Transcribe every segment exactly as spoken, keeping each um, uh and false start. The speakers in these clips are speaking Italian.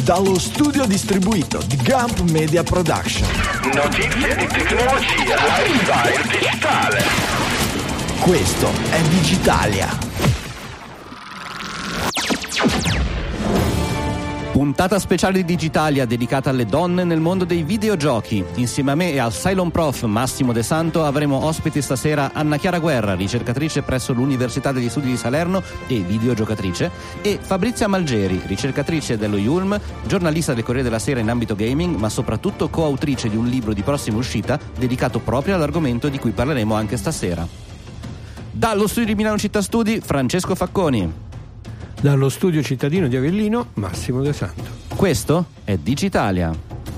dallo studio distribuito di Gump Media Production. Notizie di tecnologia, lifestyle digitale. Questo è Digitalia. Puntata speciale di Digitalia dedicata alle donne nel mondo dei videogiochi. Insieme a me e al Cylon Prof Massimo De Santo avremo ospiti stasera Anna Chiara Guerra, ricercatrice presso l'Università degli Studi di Salerno e videogiocatrice, e Fabrizia Malgeri, ricercatrice dello I U L M, giornalista del Corriere della Sera in ambito gaming, ma soprattutto coautrice di un libro di prossima uscita dedicato proprio all'argomento di cui parleremo anche stasera. Dallo studio di Milano Città Studi, Francesco Facconi. Dallo studio cittadino di Avellino, Massimo De Santo. Questo è Digitalia.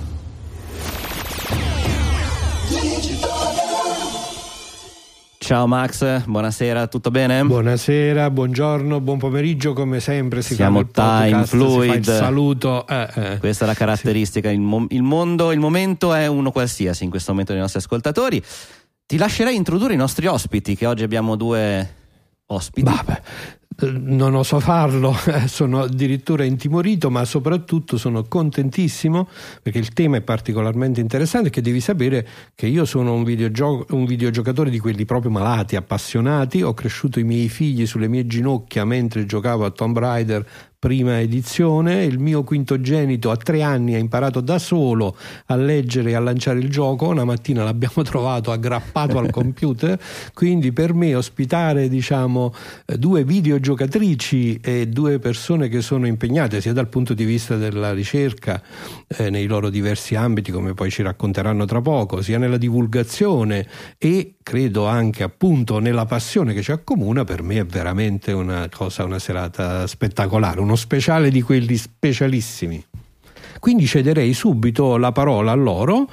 Ciao Max, buonasera, tutto bene? Buonasera, buongiorno, buon pomeriggio, come sempre si Siamo fa il podcast, time fluid. si fa il saluto. Eh, eh. Questa è la caratteristica, sì. il, mo- il mondo, il momento è uno qualsiasi in questo momento dei nostri ascoltatori. Ti lascerei introdurre i nostri ospiti, che oggi abbiamo due ospiti. Vabbè. Non oso farlo, sono addirittura intimorito, ma soprattutto sono contentissimo perché il tema è particolarmente interessante, che devi sapere che io sono un, videogio- un videogiocatore di quelli proprio malati, appassionati. Ho cresciuto i miei figli sulle mie ginocchia mentre giocavo a Tomb Raider prima edizione. Il mio quintogenito a tre anni ha imparato da solo a leggere e a lanciare il gioco. Una mattina l'abbiamo trovato aggrappato al computer, quindi per me ospitare diciamo due videogiocatrici e due persone che sono impegnate sia dal punto di vista della ricerca eh, nei loro diversi ambiti, come poi ci racconteranno tra poco, sia nella divulgazione e credo anche appunto nella passione che ci accomuna, per me è veramente una cosa, una serata spettacolare, uno speciale di quelli specialissimi. Quindi cederei subito la parola a loro.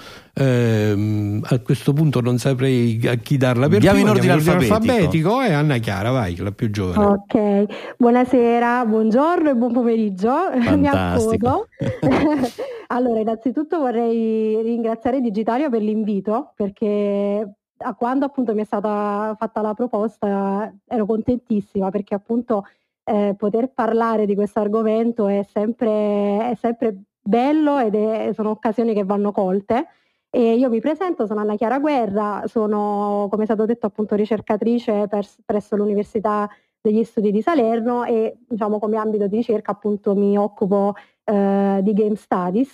Eh, a questo punto non saprei a chi darla per Diamo prima. in ordine alfabetico. alfabetico e Anna Chiara, vai, la più giovane. Ok, buonasera, buongiorno e buon pomeriggio. Mi accodo. Allora, innanzitutto vorrei ringraziare Digitalia per l'invito, perché a quando appunto mi è stata fatta la proposta ero contentissima, perché appunto eh, poter parlare di questo argomento è sempre, è sempre bello ed è, sono occasioni che vanno colte. E io mi presento, sono Anna Chiara Guerra, sono, come è stato detto, appunto ricercatrice per, presso l'Università degli Studi di Salerno e diciamo come ambito di ricerca appunto mi occupo eh, di Game Studies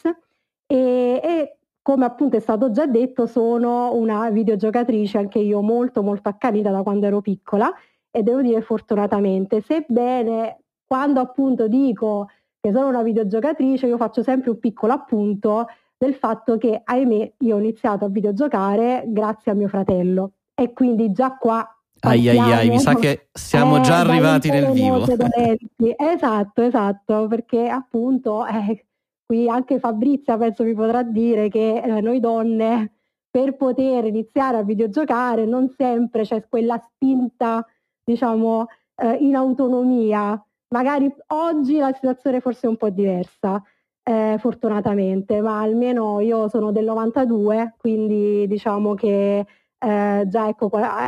e, e come appunto è stato già detto sono una videogiocatrice anche io molto molto accanita da quando ero piccola e devo dire fortunatamente, sebbene quando appunto dico che sono una videogiocatrice io faccio sempre un piccolo appunto del fatto che ahimè io ho iniziato a videogiocare grazie a mio fratello e quindi già qua ai ai ai mi sa che siamo eh, già arrivati nel vivo. Esatto, esatto, perché appunto eh, qui anche Fabrizia penso mi potrà dire che eh, noi donne per poter iniziare a videogiocare non sempre c'è quella spinta diciamo eh, in autonomia. Magari oggi la situazione forse è un po' diversa eh, fortunatamente, ma almeno io sono del novantadue, quindi diciamo che Eh, già ecco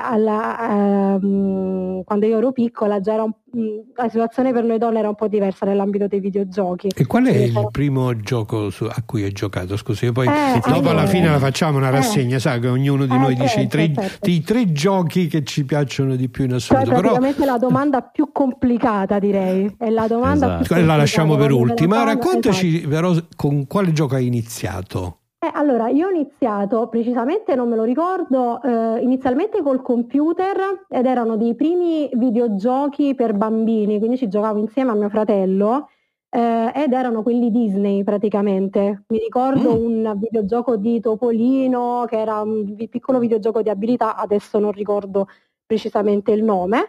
alla, ehm, quando io ero piccola già era un, la situazione per noi donne era un po' diversa nell'ambito dei videogiochi. E qual è e il però... primo gioco su, a cui hai giocato? Scusi, poi eh, dopo allora, alla fine la facciamo una rassegna, eh, sa che ognuno di eh, noi certo, dice i tre, certo. i tre giochi che ci piacciono di più in assoluto. Cioè, praticamente però... la domanda più complicata direi è la domanda esatto. più complicata. La lasciamo per ultima. Fanno, Raccontaci esatto. però con quale gioco hai iniziato? Eh, allora, io ho iniziato, precisamente non me lo ricordo, eh, inizialmente col computer ed erano dei primi videogiochi per bambini, quindi ci giocavo insieme a mio fratello eh, ed erano quelli Disney praticamente. Mi ricordo mm. un videogioco di Topolino che era un piccolo videogioco di abilità, adesso non ricordo precisamente il nome.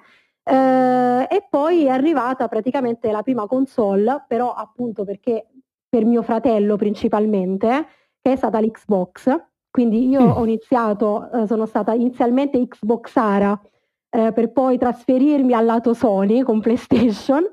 Eh, e poi è arrivata praticamente la prima console, però appunto perché per mio fratello principalmente, che è stata l'Xbox, quindi io mm. ho iniziato, eh, sono stata inizialmente Xboxara eh, per poi trasferirmi al lato Sony con PlayStation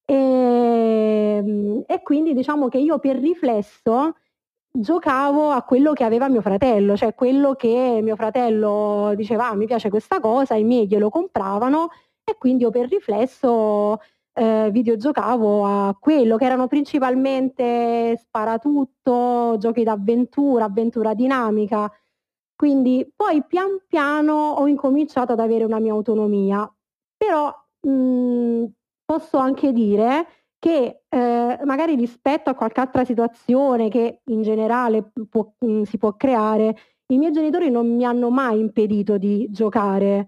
e, e quindi diciamo che io per riflesso giocavo a quello che aveva mio fratello, cioè quello che mio fratello diceva ah, mi piace questa cosa, i miei glielo compravano e quindi io per riflesso eh, videogiocavo a quello, che erano principalmente sparatutto, giochi d'avventura, avventura dinamica. Quindi poi pian piano ho incominciato ad avere una mia autonomia, però mh, posso anche dire che eh, magari rispetto a qualche altra situazione che in generale può, mh, si può creare, i miei genitori non mi hanno mai impedito di giocare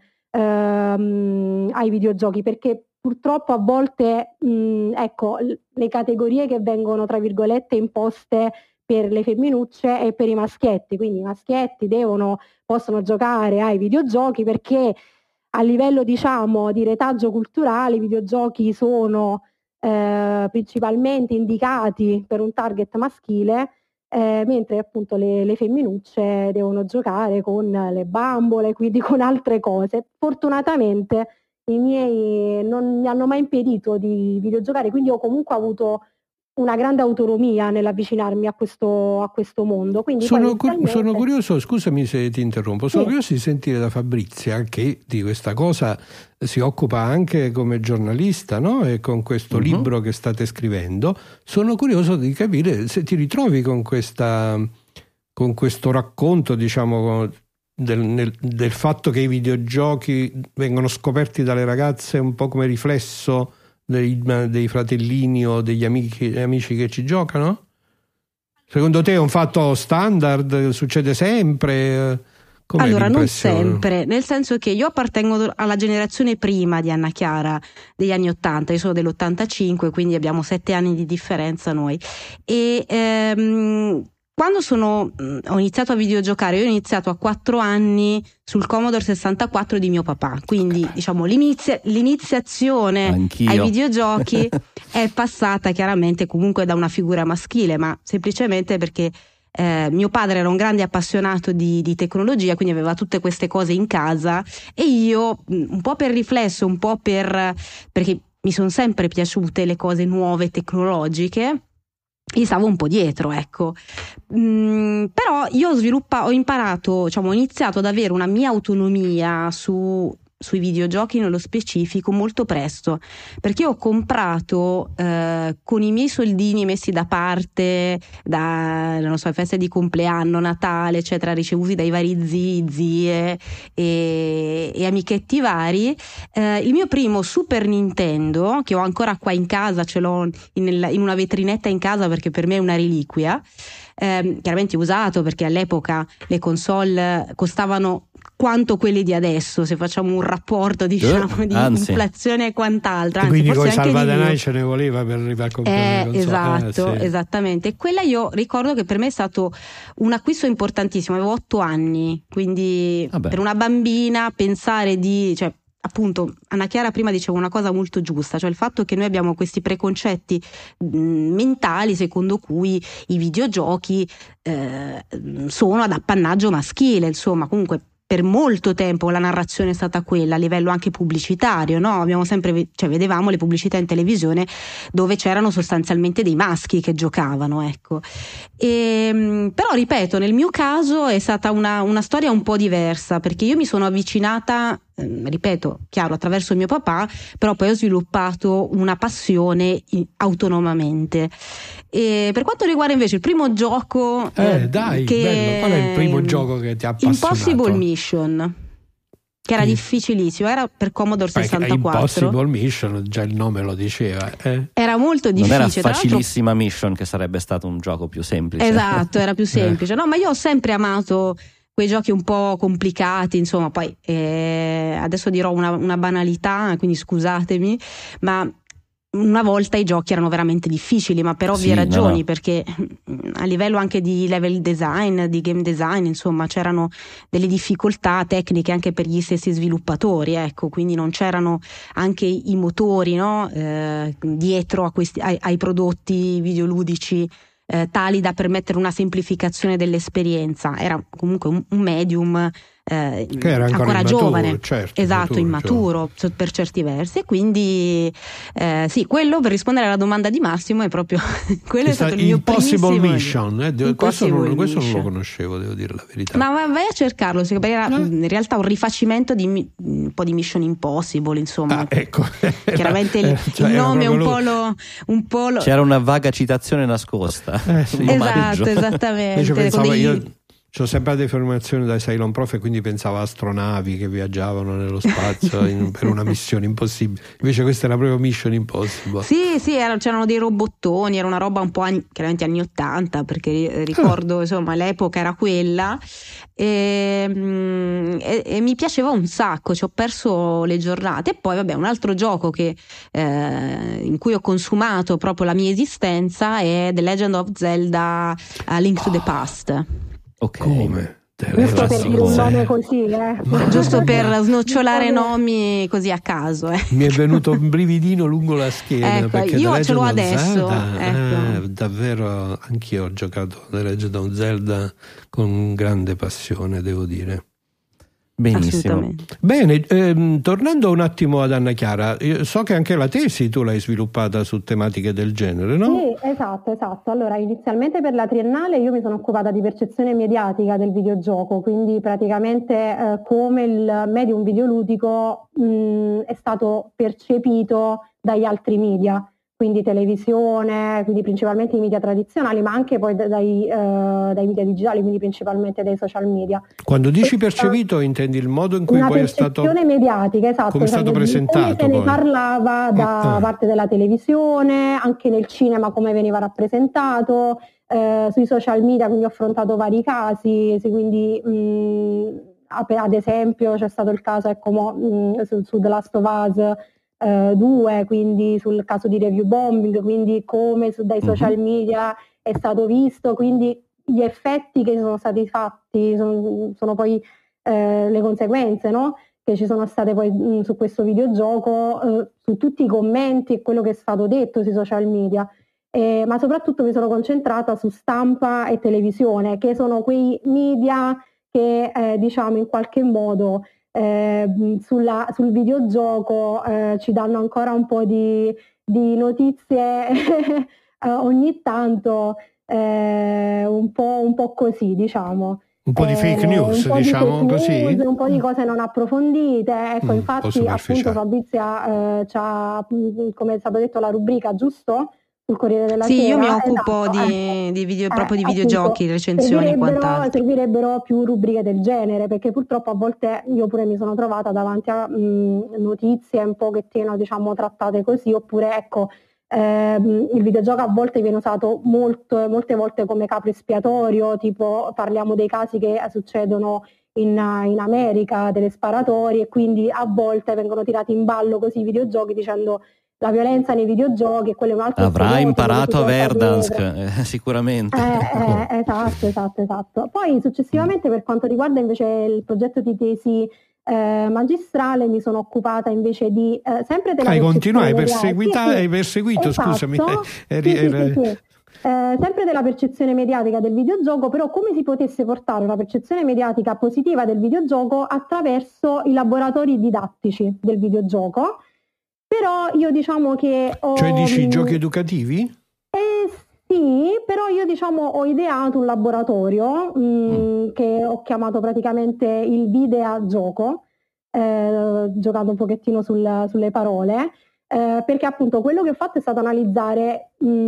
ehm, ai videogiochi, perché purtroppo a volte mh, ecco, le categorie che vengono tra virgolette imposte per le femminucce e per i maschietti, quindi i maschietti devono, possono giocare ai videogiochi perché a livello diciamo di retaggio culturale i videogiochi sono eh, principalmente indicati per un target maschile, eh, mentre appunto le, le femminucce devono giocare con le bambole, quindi con altre cose. Fortunatamente i miei non mi hanno mai impedito di videogiocare, quindi ho comunque avuto una grande autonomia nell'avvicinarmi a questo, a questo mondo. Quindi sono, poi inizialmente... sono curioso, scusami se ti interrompo, sono sì. curioso di sentire da Fabrizia, che di questa cosa si occupa anche come giornalista, no? E con questo uh-huh. libro che state scrivendo, sono curioso di capire se ti ritrovi con questa con questo racconto, diciamo, del, nel, del fatto che i videogiochi vengono scoperti dalle ragazze un po' come riflesso Dei, dei fratellini o degli amici, amici che ci giocano? Secondo te è un fatto standard? Succede sempre? Com'è allora, non sempre, nel senso che io appartengo alla generazione prima di Anna Chiara, degli anni ottanta, io sono dell'ottantacinque, quindi abbiamo sette anni di differenza noi. E ehm, quando sono, ho iniziato a videogiocare, io ho iniziato a quattro anni sul Commodore sessantaquattro di mio papà, quindi diciamo l'inizia, l'iniziazione Anch'io. ai videogiochi è passata chiaramente comunque da una figura maschile, ma semplicemente perché eh, mio padre era un grande appassionato di, di tecnologia, quindi aveva tutte queste cose in casa e io un po' per riflesso, un po' per perché mi sono sempre piaciute le cose nuove tecnologiche, gli stavo un po' dietro, ecco. Mm, però io ho sviluppato, ho imparato, diciamo, ho iniziato ad avere una mia autonomia su, sui videogiochi nello specifico molto presto, perché io ho comprato eh, con i miei soldini messi da parte da, non so, feste di compleanno, Natale, eccetera, ricevuti dai vari zii, zie e, e amichetti vari, eh, il mio primo Super Nintendo, che ho ancora qua in casa, ce l'ho in, in una vetrinetta in casa perché per me è una reliquia, eh, chiaramente usato perché all'epoca le console costavano quanto quelle di adesso, se facciamo un rapporto diciamo eh, di anzi. inflazione e quant'altro, anzi, quindi forse con i anche salvadanai ce ne voleva per arrivare a comprare eh, esatto, eh, sì. esattamente. E quella io ricordo che per me è stato un acquisto importantissimo, avevo otto anni, quindi Vabbè. per una bambina pensare di, cioè appunto Anna Chiara prima diceva una cosa molto giusta, cioè il fatto che noi abbiamo questi preconcetti mh, mentali secondo cui i videogiochi eh, sono ad appannaggio maschile, insomma comunque per molto tempo la narrazione è stata quella a livello anche pubblicitario, no? Abbiamo sempre, cioè vedevamo le pubblicità in televisione dove c'erano sostanzialmente dei maschi che giocavano, ecco. E, però ripeto, nel mio caso è stata una, una storia un po' diversa, perché io mi sono avvicinata, eh, ripeto, chiaro, attraverso il mio papà, però poi ho sviluppato una passione autonomamente. E per quanto riguarda invece il primo gioco, eh, dai, che bello. Qual è il primo gioco che ti ha appassionato? Impossible Mission, che era sì. difficilissimo, era per Commodore sessantaquattro. Impossible Mission, già il nome lo diceva. Eh? Era molto difficile. Non era facilissima Mission, che sarebbe stato un gioco più semplice. Esatto, era più semplice. Eh. No, ma io ho sempre amato quei giochi un po' complicati, insomma, poi eh, adesso dirò una, una banalità, quindi scusatemi, ma una volta i giochi erano veramente difficili, ma per ovvie sì, ragioni, no. perché a livello anche di level design, di game design, insomma, c'erano delle difficoltà tecniche anche per gli stessi sviluppatori, ecco, quindi non c'erano anche i motori, no, eh, dietro a questi, ai, ai prodotti videoludici eh, tali da permettere una semplificazione dell'esperienza. Era comunque un, un medium eh, che era ancora, ancora immaturo, giovane, certo, esatto, immaturo giovane. Per certi versi, e quindi eh, sì, quello, per rispondere alla domanda di Massimo, è proprio quello è stato il mio Impossible primissimo Mission, eh? Impossible questo, non, questo non Mission. lo conoscevo, devo dire la verità. Ma vai a cercarlo, perché era eh? in realtà un rifacimento di un po' di Mission Impossible, insomma. Ah, ecco. Chiaramente il, cioè, il nome è un po' lui. lo, un po' lo... C'era una vaga citazione nascosta. Eh, sì. Esatto, esattamente. Invece pensavo, dei... io ho sempre delle formazioni da Cylon Prof e quindi pensavo a astronavi che viaggiavano nello spazio in, per una missione impossibile. Invece questa era proprio Mission Impossible. Sì, sì, era, c'erano dei robottoni, era una roba un po' anni, chiaramente anni ottanta, perché ricordo, ah. insomma, l'epoca era quella, e, e, e mi piaceva un sacco, ci ho perso le giornate. E poi vabbè, un altro gioco che, eh, in cui ho consumato proprio la mia esistenza è The Legend of Zelda uh, Link to the Past. Ok. Come? Giusto per dire un nome così, eh. Giusto per snocciolare nomi così a caso, eh. Mi è venuto un brividino lungo la schiena, ecco, perché io The ce l'ho Legend of adesso, Zelda, ecco. eh, davvero anch'io ho giocato The Legend of Zelda con grande passione, devo dire. Benissimo. Bene, ehm, tornando un attimo ad Anna Chiara, io so che anche la tesi tu l'hai sviluppata su tematiche del genere, no? Sì, esatto, esatto. Allora, inizialmente per la triennale io mi sono occupata di percezione mediatica del videogioco, quindi praticamente eh, come il medium videoludico mh, è stato percepito dagli altri media, quindi televisione, quindi principalmente i media tradizionali, ma anche poi dai, eh, dai media digitali, quindi principalmente dai social media. Quando dici percepito intendi il modo in cui poi è stato... Una percezione mediatica, esatto. Come è stato presentato come se poi. ne parlava da ah. parte della televisione, anche nel cinema come veniva rappresentato, eh, sui social media, quindi ho affrontato vari casi, quindi mh, ad esempio c'è stato il caso ecco, mh, su, su The Last of Us due, quindi sul caso di review bombing, quindi come su, dai social media è stato visto, quindi gli effetti che sono stati fatti sono, sono poi eh, le conseguenze, no? Che ci sono state poi mh, su questo videogioco, eh, su tutti i commenti e quello che è stato detto sui social media, eh, ma soprattutto mi sono concentrata su stampa e televisione, che sono quei media che eh, diciamo in qualche modo Eh, sulla, sul videogioco eh, ci danno ancora un po' di, di notizie eh, ogni tanto eh, un po', un po' così, diciamo. Un po' di fake news, eh, diciamo di fake così? News, un po' di cose non approfondite. Ecco, mm, infatti appunto Fabrizia eh, c'ha, come è stato detto, la rubrica, giusto? Sul Corriere della sì, Sera. Io mi occupo esatto, di, di video, eh, proprio di appunto, videogiochi, recensioni e quant'altro. Servirebbero più rubriche del genere, perché purtroppo a volte io pure mi sono trovata davanti a mh, notizie un pochettino diciamo trattate così, oppure ecco ehm, il videogioco a volte viene usato molto, molte volte come capro espiatorio, tipo parliamo dei casi che succedono in, in America, delle sparatorie, e quindi a volte vengono tirati in ballo così i videogiochi dicendo la violenza nei videogiochi e quello è un altro avrà imparato a Verdansk eh, sicuramente eh, eh, esatto esatto esatto poi successivamente per quanto riguarda invece il progetto di tesi eh, magistrale mi sono occupata invece di eh, sempre della hai continuato hai perseguito hai perseguito esatto. scusami eri, sì, eri... Sì, sì, sì. Eh, sempre della percezione mediatica del videogioco, però come si potesse portare una percezione mediatica positiva del videogioco attraverso i laboratori didattici del videogioco. Però io diciamo che ho... Cioè dici giochi educativi? Eh sì, però io diciamo ho ideato un laboratorio mh, mm. che ho chiamato praticamente il Videa Gioco, eh, giocando un pochettino sul, sulle parole, eh, perché appunto quello che ho fatto è stato analizzare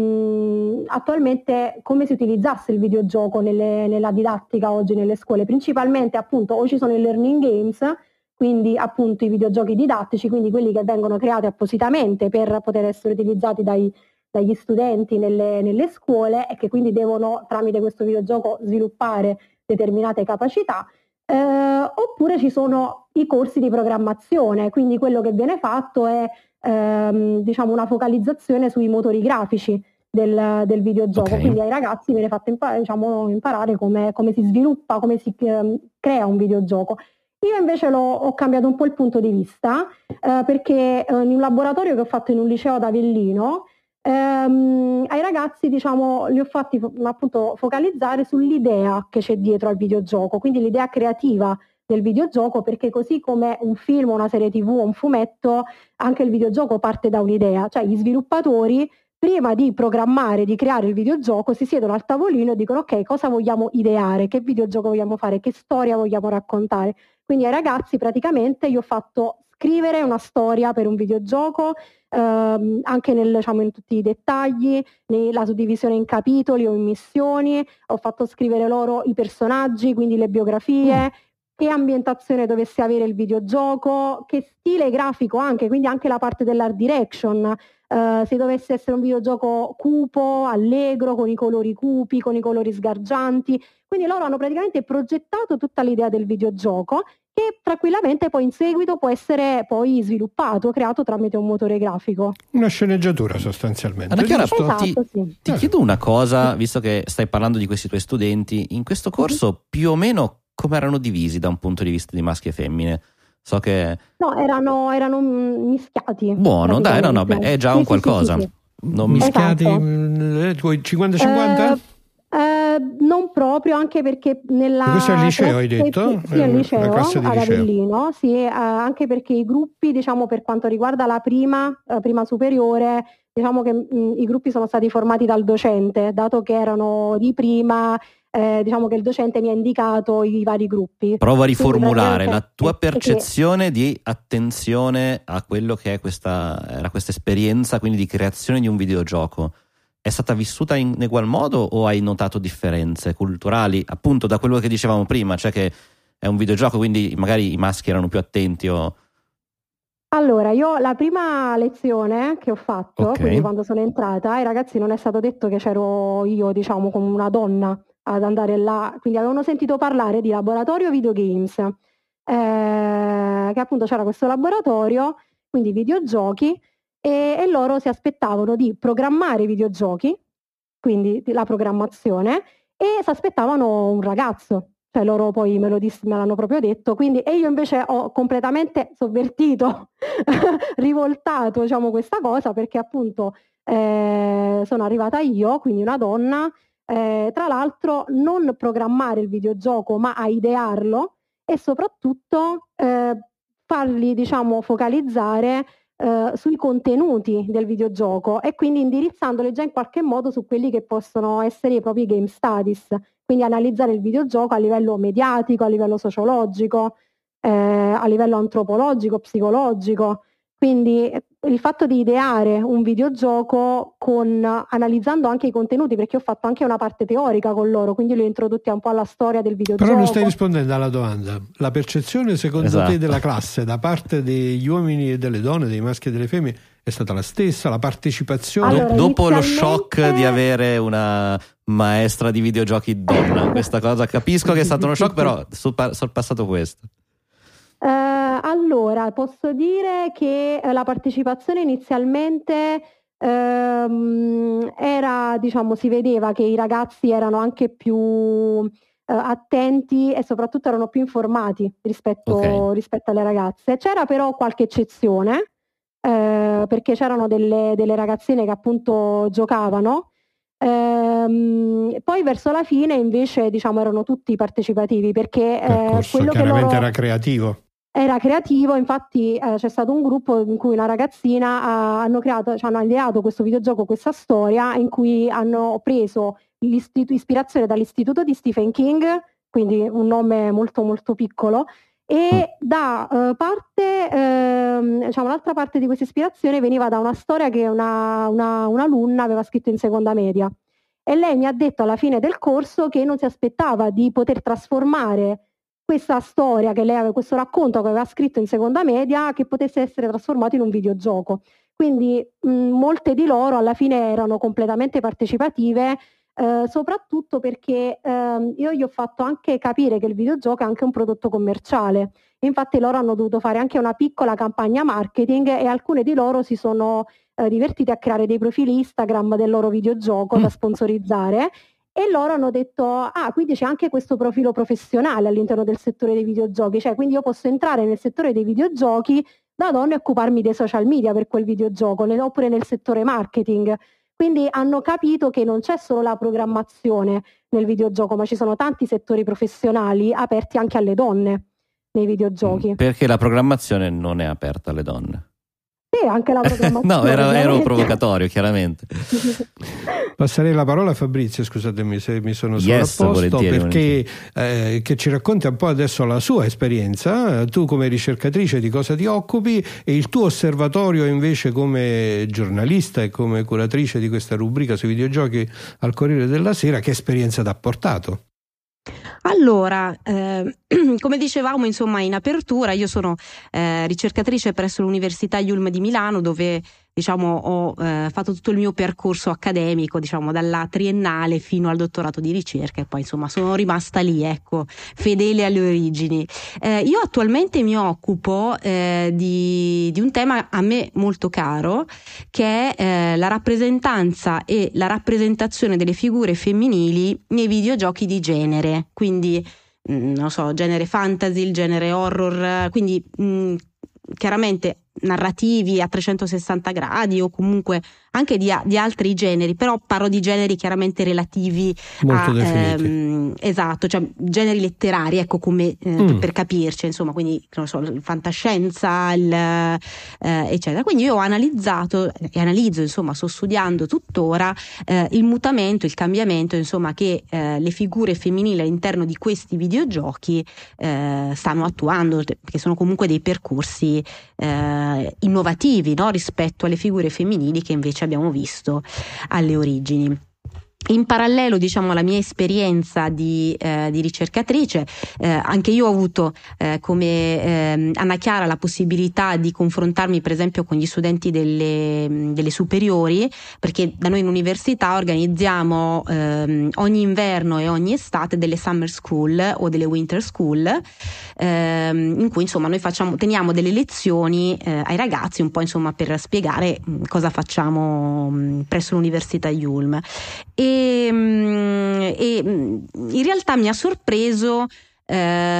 mh, attualmente come si utilizzasse il videogioco nelle, nella didattica oggi nelle scuole, principalmente appunto o ci sono i learning games, quindi appunto i videogiochi didattici, quindi quelli che vengono creati appositamente per poter essere utilizzati dai, dagli studenti nelle, nelle scuole e che quindi devono tramite questo videogioco sviluppare determinate capacità, eh, oppure ci sono i corsi di programmazione, quindi quello che viene fatto è ehm, diciamo una focalizzazione sui motori grafici del, del videogioco, okay. Quindi ai ragazzi viene fatto imparare, diciamo, imparare come, come si sviluppa, come si eh, crea un videogioco. Io invece l'ho, ho cambiato un po' il punto di vista eh, perché eh, in un laboratorio che ho fatto in un liceo ad Avellino ehm, ai ragazzi diciamo li ho fatti appunto focalizzare sull'idea che c'è dietro al videogioco, quindi l'idea creativa del videogioco, perché così come un film, una serie tv, un fumetto, anche il videogioco parte da un'idea, cioè gli sviluppatori prima di programmare, di creare il videogioco, si siedono al tavolino e dicono ok, cosa vogliamo ideare, che videogioco vogliamo fare, che storia vogliamo raccontare. Quindi ai ragazzi praticamente io ho fatto scrivere una storia per un videogioco, ehm, anche nel, diciamo, in tutti i dettagli, nella suddivisione in capitoli o in missioni, ho fatto scrivere loro i personaggi, quindi le biografie, mm. che ambientazione dovesse avere il videogioco, che stile grafico anche, quindi anche la parte dell'art direction, Uh, se dovesse essere un videogioco cupo, allegro, con i colori cupi, con i colori sgargianti. Quindi loro hanno praticamente progettato tutta l'idea del videogioco, che tranquillamente poi in seguito può essere poi sviluppato, creato tramite un motore grafico. Una sceneggiatura sostanzialmente. Anna Chiara, esatto, ti, sì. ti chiedo una cosa, visto che stai parlando di questi tuoi studenti, in questo corso mm-hmm. più o meno come erano divisi da un punto di vista di maschi e femmine? So che... No, erano, erano mischiati. Buono, dai, no, no, beh, è già sì, un sì, qualcosa. Sì, sì, sì. Non mischiati esatto. cinquanta cinquanta? Eh, eh, non proprio, anche perché nella... Questo è il liceo, hai detto? Sì, al liceo, la classe di ad liceo. Avellino, sì, eh, anche perché i gruppi, diciamo, per quanto riguarda la prima, eh, prima superiore, diciamo che mh, i gruppi sono stati formati dal docente, dato che erano di prima... Eh, diciamo che il docente mi ha indicato i vari gruppi. Provo a riformulare la tua eh, percezione di attenzione a quello che è questa, era questa esperienza, quindi di creazione di un videogioco. È stata vissuta in egual modo o hai notato differenze culturali? Appunto da quello che dicevamo prima, cioè che è un videogioco, quindi magari i maschi erano più attenti o... Allora, io la prima lezione che ho fatto, okay. quindi quando sono entrata, ai ragazzi non è stato detto che c'ero io, diciamo, come una donna ad andare là, quindi avevano sentito parlare di laboratorio videogames, eh, che appunto c'era questo laboratorio, quindi videogiochi, e, e loro si aspettavano di programmare i videogiochi, quindi la programmazione, e si aspettavano un ragazzo. Cioè loro poi me lo dis- me l'hanno proprio detto, quindi, e io invece ho completamente sovvertito, rivoltato, diciamo, questa cosa, perché appunto eh, sono arrivata io, quindi una donna, eh, tra l'altro non programmare il videogioco ma a idearlo e soprattutto eh, farli, diciamo, focalizzare eh, sui contenuti del videogioco e quindi indirizzandoli già in qualche modo su quelli che possono essere i propri game studies. Quindi analizzare il videogioco a livello mediatico, a livello sociologico, eh, a livello antropologico, psicologico. Quindi il fatto di ideare un videogioco con, analizzando anche i contenuti, perché ho fatto anche una parte teorica con loro, quindi li ho introdotti un po' alla storia del videogioco. Però non stai rispondendo alla domanda. La percezione secondo esatto. te della classe da parte degli uomini e delle donne, dei maschi e delle femmine, è stata la stessa? La partecipazione? Allora, dopo lo shock di avere una maestra di videogiochi donna, questa cosa capisco che è stato uno shock, però sul sorpassato questo. Uh, allora, posso dire che uh, la partecipazione inizialmente uh, era, diciamo, si vedeva che i ragazzi erano anche più uh, attenti e soprattutto erano più informati rispetto, okay. rispetto alle ragazze. C'era però qualche eccezione, uh, perché c'erano delle, delle ragazzine che appunto giocavano. Ehm, poi verso la fine invece, diciamo, erano tutti partecipativi, perché eh, quello che loro... era creativo. Era creativo, infatti eh, c'è stato un gruppo in cui una ragazzina ha, hanno creato, cioè hanno ideato questo videogioco, questa storia, in cui hanno preso ispirazione dall'istituto di Stephen King, quindi un nome molto molto piccolo, e da eh, parte, eh, diciamo, l'altra parte di questa ispirazione veniva da una storia che una, una, un'alunna aveva scritto in seconda media. E lei mi ha detto alla fine del corso che non si aspettava di poter trasformare questa storia che lei aveva, questo racconto che aveva scritto in seconda media, che potesse essere trasformato in un videogioco. Quindi mh, molte di loro alla fine erano completamente partecipative, eh, soprattutto perché eh, io gli ho fatto anche capire che il videogioco è anche un prodotto commerciale. Infatti loro hanno dovuto fare anche una piccola campagna marketing e alcune di loro si sono eh, divertite a creare dei profili Instagram del loro videogioco mm. da sponsorizzare. E loro hanno detto, ah, quindi c'è anche questo profilo professionale all'interno del settore dei videogiochi, cioè quindi io posso entrare nel settore dei videogiochi da donna e occuparmi dei social media per quel videogioco, oppure nel settore marketing. Quindi hanno capito che non c'è solo la programmazione nel videogioco, ma ci sono tanti settori professionali aperti anche alle donne. nei videogiochi. Perché la programmazione non è aperta alle donne. Sì, anche la programmazione. No, era, ero provocatorio, chiaramente. Passerei la parola a Fabrizio, scusatemi se mi sono yes, sovrapposto, perché volentieri. Eh, che ci racconti un po' adesso la sua esperienza. Tu come ricercatrice di cosa ti occupi e il tuo osservatorio invece come giornalista e come curatrice di questa rubrica sui videogiochi al Corriere della Sera, che esperienza ti ha portato? Allora, eh, come dicevamo insomma in apertura, io sono eh, ricercatrice presso l'Università Yulm di Milano, dove diciamo ho eh, fatto tutto il mio percorso accademico, diciamo dalla triennale fino al dottorato di ricerca, e poi insomma sono rimasta lì, ecco, fedele alle origini. Eh, io attualmente mi occupo eh, di, di un tema a me molto caro, che è eh, la rappresentanza e la rappresentazione delle figure femminili nei videogiochi di genere, quindi mh, non so, genere fantasy, il genere horror, quindi mh, chiaramente narrativi a trecentosessanta gradi o comunque anche di, di altri generi, però parlo di generi chiaramente relativi molto a definiti. Ehm, esatto, cioè generi letterari, ecco, come eh, mm. per capirci, insomma, quindi non so, il fantascienza, il, eh, eccetera. Quindi io ho analizzato e analizzo, insomma, sto studiando tuttora eh, il mutamento, il cambiamento, insomma, che eh, le figure femminili all'interno di questi videogiochi eh, stanno attuando, che sono comunque dei percorsi eh, innovativi, no? Rispetto alle figure femminili che invece abbiamo visto alle origini. In parallelo, diciamo, alla mia esperienza di, eh, di ricercatrice, eh, anche io ho avuto eh, come eh, Anna Chiara la possibilità di confrontarmi per esempio con gli studenti delle, delle superiori, perché da noi in università organizziamo eh, ogni inverno e ogni estate delle summer school o delle winter school, eh, in cui insomma noi facciamo, teniamo delle lezioni eh, ai ragazzi un po' insomma per spiegare mh, cosa facciamo mh, presso l'Università Yulm. E E, e in realtà mi ha sorpreso, eh,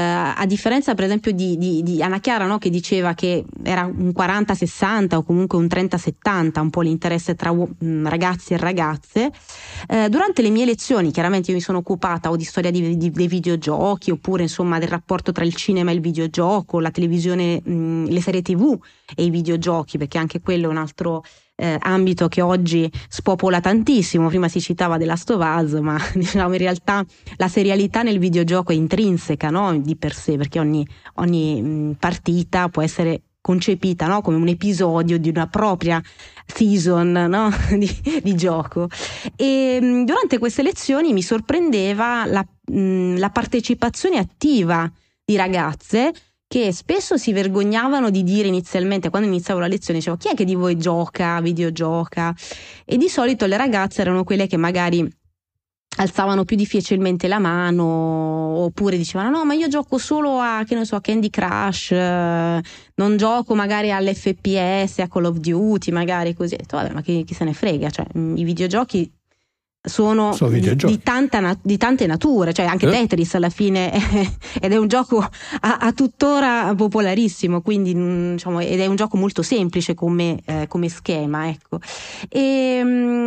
a differenza per esempio di, di, di Anna Chiara, no, che diceva che era un quaranta sessanta o comunque un trenta settanta un po' l'interesse tra um, ragazzi e ragazze, eh, durante le mie lezioni chiaramente io mi sono occupata o di storia di, di, dei videogiochi, oppure insomma del rapporto tra il cinema e il videogioco, la televisione, mh, le serie tv e i videogiochi, perché anche quello è un altro Eh, ambito che oggi spopola tantissimo. Prima si citava The Last of Us, ma diciamo in realtà la serialità nel videogioco è intrinseca, no? Di per sé, perché ogni, ogni mh, partita può essere concepita, no? Come un episodio di una propria season, no? di, di gioco. E mh, durante queste lezioni mi sorprendeva la, mh, la partecipazione attiva di ragazze che spesso si vergognavano di dire inizialmente, quando iniziavo la lezione dicevo: chi è che di voi gioca, videogioca? E di solito le ragazze erano quelle che magari alzavano più difficilmente la mano, oppure dicevano: no, ma io gioco solo a, che ne so, a Candy Crush, eh, non gioco magari all'F P S, a Call of Duty, magari così. Ho detto, vabbè, ma chi, chi se ne frega, cioè i videogiochi sono, sono di, di, tanta, di tante nature, cioè anche eh. Tetris alla fine è, ed è un gioco a, a tuttora popolarissimo, quindi diciamo, ed è un gioco molto semplice come, eh, come schema, ecco. E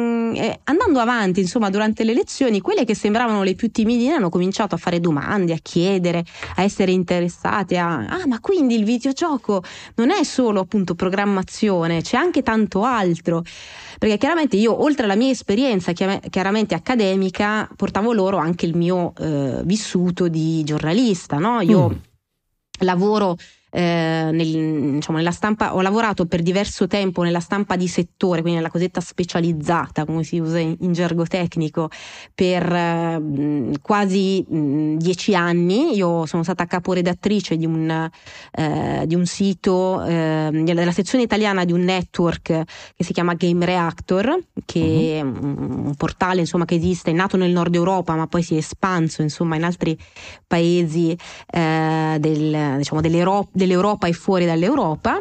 eh, andando avanti insomma durante le lezioni, quelle che sembravano le più timidine hanno cominciato a fare domande, a chiedere, a essere interessate, a ah ma quindi il videogioco non è solo appunto programmazione, c'è anche tanto altro. Perché chiaramente io, oltre alla mia esperienza chiaramente accademica, portavo loro anche il mio eh, vissuto di giornalista, no? Io mm. lavoro eh, nel, diciamo, nella stampa, ho lavorato per diverso tempo nella stampa di settore, quindi nella cosiddetta specializzata, come si usa in, in gergo tecnico, per eh, quasi mh, dieci anni. Io sono stata caporedattrice di un, eh, di un sito, eh, della sezione italiana di un network che si chiama Game Reactor, che uh-huh. è un, un portale insomma che esiste, è nato nel nord Europa ma poi si è espanso insomma in altri paesi eh, del, diciamo, dell'Europa, dell'Europa e fuori dall'Europa,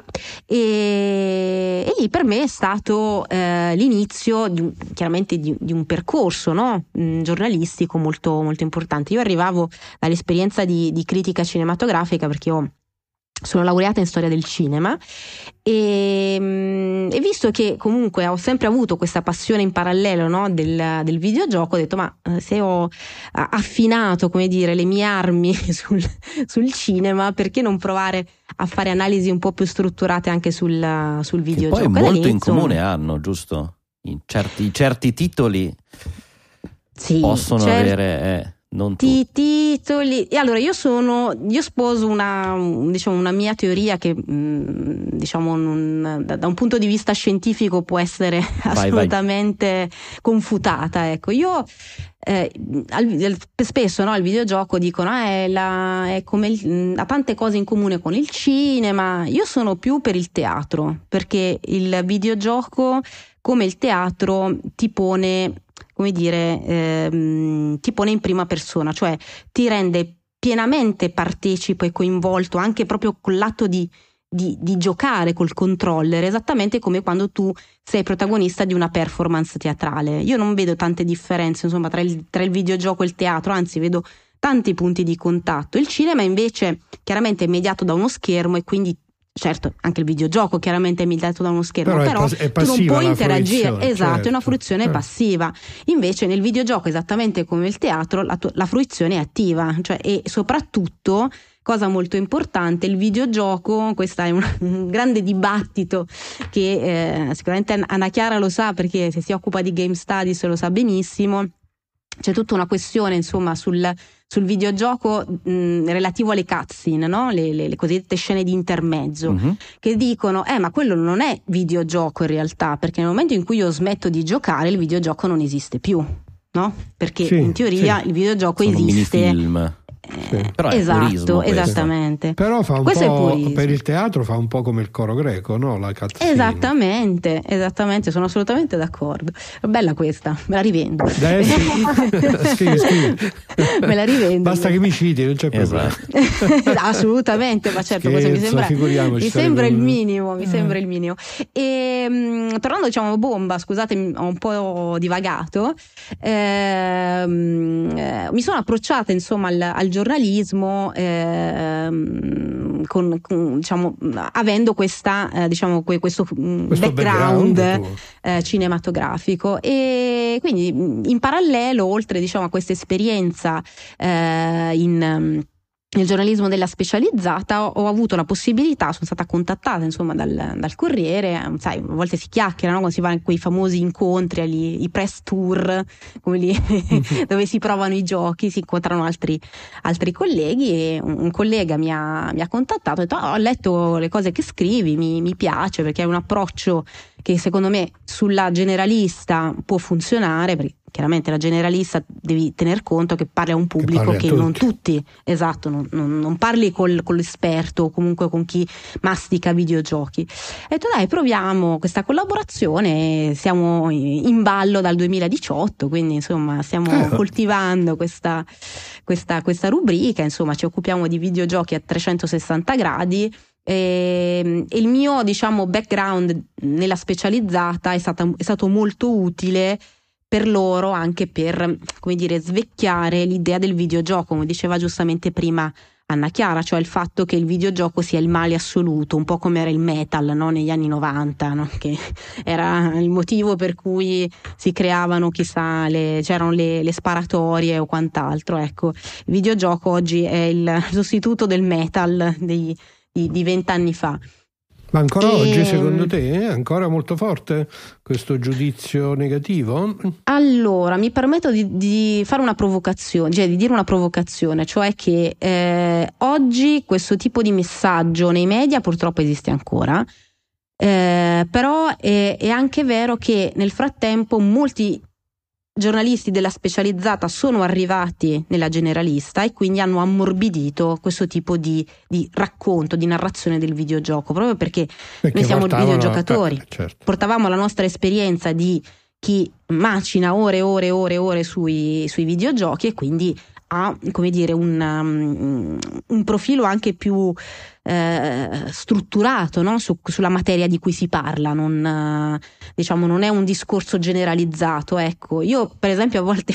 e, e lì per me è stato eh, l'inizio di un, chiaramente di, di un percorso, no? mm, giornalistico molto, molto importante. Io arrivavo dall'esperienza di, di critica cinematografica, perché ho sono laureata in storia del cinema e, e visto che comunque ho sempre avuto questa passione in parallelo, no, del, del videogioco, ho detto ma se ho affinato, come dire, le mie armi sul, sul cinema, perché non provare a fare analisi un po' più strutturate anche sul, sul videogioco? Che poi molto in comune hanno, giusto? In certi, certi titoli sì, possono certi... avere... Eh. Non Ti titoli. E allora io sono io sposo una diciamo una mia teoria che mh, diciamo non, da, da un punto di vista scientifico può essere vai, assolutamente vai. confutata, ecco. Io eh, al, spesso, no, al videogioco dicono ah, è, la, è come il, ha tante cose in comune con il cinema. Io sono più per il teatro, perché il videogioco come il teatro ti pone, come dire, ehm, ti pone in prima persona, cioè ti rende pienamente partecipe e coinvolto anche proprio con l'atto di, di, di giocare col controller, esattamente come quando tu sei protagonista di una performance teatrale. Io non vedo tante differenze, insomma, tra il, tra il videogioco e il teatro, anzi vedo tanti punti di contatto. Il cinema invece chiaramente è mediato da uno schermo e quindi certo, anche il videogioco chiaramente è mediato da uno schermo, però, però è pas- è tu non puoi interagire, esatto, certo, è una fruizione certo. passiva. Invece nel videogioco, esattamente come il teatro, la, tu- la fruizione è attiva, cioè, e soprattutto, cosa molto importante, il videogioco, questo è un, un grande dibattito che eh, sicuramente Anna Chiara lo sa, perché se si occupa di game studies lo sa benissimo. C'è tutta una questione, insomma, sul, sul videogioco mh, relativo alle cutscene, no? le, le, le cosiddette scene di intermezzo, uh-huh. che dicono eh ma quello non è videogioco in realtà, perché nel momento in cui io smetto di giocare il videogioco non esiste più, no? Perché sì, in teoria sì. il videogioco Sono esiste. Minifilm. Sì. Però esatto, purismo, esattamente. Però fa un questo po' per il teatro fa un po' come il coro greco, no? La cutscene. Esattamente, esattamente, sono assolutamente d'accordo. Bella questa, me la rivendo. Dai, sì. scrivi, scrivi. Me la rivendo. Basta che mi citi, non c'è problema. Esatto. Assolutamente, ma certo, Scherzo, mi sembra, mi sembra il minimo, mi eh. sembra il minimo. E mh, tornando, diciamo, bomba, scusatemi, ho un po' divagato. Ehm, eh, mi sono approcciata, insomma, al, al giornalismo ehm, con, con, diciamo, avendo questa eh, diciamo questo, questo background, background eh, cinematografico, e quindi in parallelo, oltre, diciamo, a questa esperienza eh, in nel giornalismo della specializzata, ho avuto la possibilità, sono stata contattata, insomma, dal, dal Corriere, sai, a volte si chiacchiera, no? Quando si va in quei famosi incontri, agli, i press tour, come lì, dove si provano i giochi, si incontrano altri, altri colleghi, e un, un collega mi ha, mi ha contattato e ha detto oh, ho letto le cose che scrivi, mi, mi piace, perché è un approccio che secondo me sulla generalista può funzionare, perché chiaramente la generalista devi tener conto che parli a un pubblico che, che non tutti, esatto, non, non, non parli col, con l'esperto o comunque con chi mastica videogiochi. Ho detto dai, proviamo questa collaborazione, siamo in ballo dal duemiladiciotto, quindi insomma stiamo eh. coltivando questa, questa, questa rubrica, insomma ci occupiamo di videogiochi a trecentosessanta gradi. E il mio, diciamo, background nella specializzata è, stata, è stato molto utile per loro, anche per, come dire, svecchiare l'idea del videogioco, come diceva giustamente prima Anna Chiara, cioè il fatto che il videogioco sia il male assoluto, un po' come era il metal, no? Negli anni novanta, no? Che era il motivo per cui si creavano, chissà, le, c'erano le, le sparatorie o quant'altro. Ecco, il videogioco oggi è il sostituto del metal dei di vent'anni fa. Ma ancora e... oggi, secondo te, è ancora molto forte questo giudizio negativo? Allora, mi permetto di, di fare una provocazione, cioè di dire una provocazione, cioè che eh, oggi questo tipo di messaggio nei media purtroppo esiste ancora, eh, però è, è anche vero che nel frattempo molti giornalisti della specializzata sono arrivati nella generalista e quindi hanno ammorbidito questo tipo di, di racconto, di narrazione del videogioco, proprio perché, perché noi siamo videogiocatori, eh, certo. Portavamo la nostra esperienza di chi macina ore e ore e ore e ore sui, sui videogiochi, e quindi ha, come dire, un, um, un profilo anche più eh, strutturato, no? Su, sulla materia di cui si parla, non, uh, diciamo, non è un discorso generalizzato. Ecco, io per esempio a volte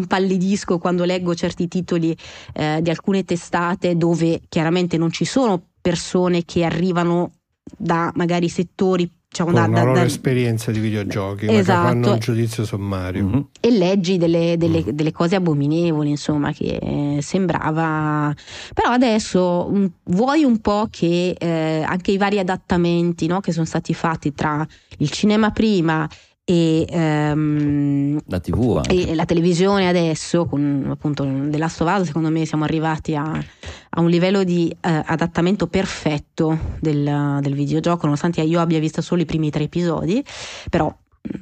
impallidisco quando leggo certi titoli eh, di alcune testate dove chiaramente non ci sono persone che arrivano da magari settori, diciamo, con da, una da, loro da... esperienza di videogiochi, esatto, ma che fanno un giudizio sommario, mm-hmm. e leggi delle, delle, mm. delle cose abominevoli, insomma, che sembrava. Però adesso um, vuoi un po' che eh, anche i vari adattamenti, no, che sono stati fatti tra il cinema prima e um, la tivù anche. E la televisione adesso, con appunto The Last of Us, secondo me siamo arrivati a, a un livello di eh, adattamento perfetto del, del videogioco, nonostante io abbia visto solo i primi tre episodi, però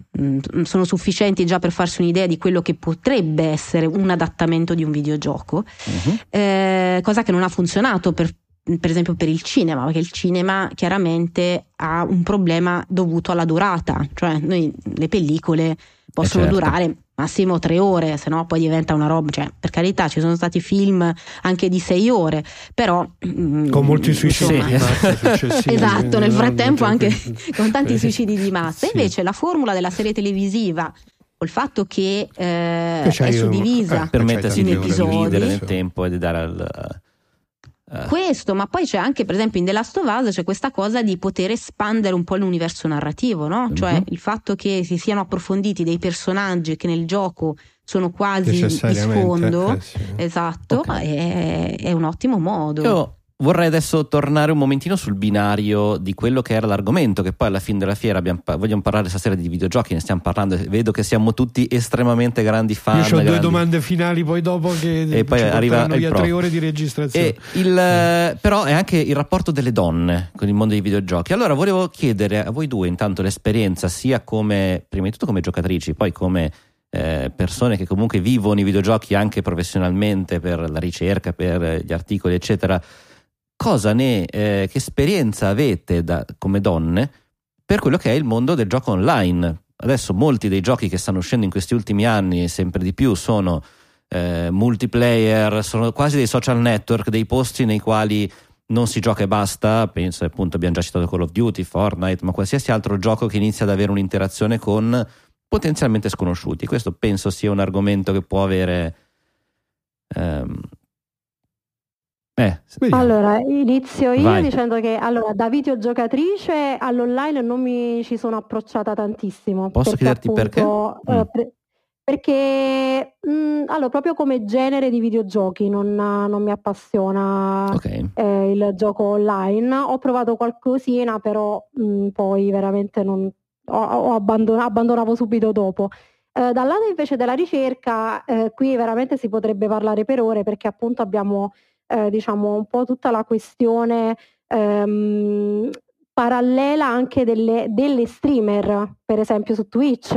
mh, sono sufficienti già per farsi un'idea di quello che potrebbe essere un adattamento di un videogioco, uh-huh. eh, cosa che non ha funzionato per per esempio per il cinema, perché il cinema chiaramente ha un problema dovuto alla durata, cioè noi le pellicole possono eh certo. durare massimo tre ore, se no poi diventa una roba, cioè per carità ci sono stati film anche di sei ore, però con molti suicidi di massa successivi. Esatto, nel frattempo anche con tanti suicidi di massa. Sì. Invece la formula della serie televisiva, col fatto che eh, è suddivisa eh, permette sì, in di episodi, dividere nel tempo e di dare al questo, ma poi c'è anche, per esempio in The Last of Us c'è questa cosa di poter espandere un po' l'universo narrativo, no? Mm-hmm. Cioè il fatto che si siano approfonditi dei personaggi che nel gioco sono quasi di sfondo, eh, sì. esatto, okay. è, è un ottimo modo. Io vorrei adesso tornare un momentino sul binario di quello che era l'argomento, che poi alla fine della fiera abbiamo, vogliamo parlare stasera di videogiochi, ne stiamo parlando, vedo che siamo tutti estremamente grandi fan. Io ho grandi... due domande finali poi dopo che e poi arriva via tre ore di registrazione. E il, eh. Però è anche il rapporto delle donne con il mondo dei videogiochi. Allora volevo chiedere a voi due intanto l'esperienza sia come, prima di tutto come giocatrici, poi come eh, persone che comunque vivono i videogiochi anche professionalmente per la ricerca, per gli articoli eccetera. Cosa ne, eh, che esperienza avete da, come donne per quello che è il mondo del gioco online? Adesso molti dei giochi che stanno uscendo in questi ultimi anni, sempre di più, sono eh, multiplayer, sono quasi dei social network, dei posti nei quali non si gioca e basta. Penso, appunto, abbiamo già citato Call of Duty, Fortnite, ma qualsiasi altro gioco che inizia ad avere un'interazione con potenzialmente sconosciuti. Questo penso sia un argomento che può avere... Ehm, Eh, allora inizio io Vai. dicendo che allora da videogiocatrice all'online non mi ci sono approcciata tantissimo. Posso perché, chiederti appunto, perché? Eh, pre- perché mh, allora proprio come genere di videogiochi non, non mi appassiona okay. eh, il gioco online. Ho provato qualcosina, però mh, poi veramente non ho, ho abbandon- abbandonavo subito dopo. Eh, dal lato invece della ricerca, eh, qui veramente si potrebbe parlare per ore, perché appunto abbiamo Eh, diciamo un po' tutta la questione ehm, parallela anche delle, delle streamer, per esempio su Twitch.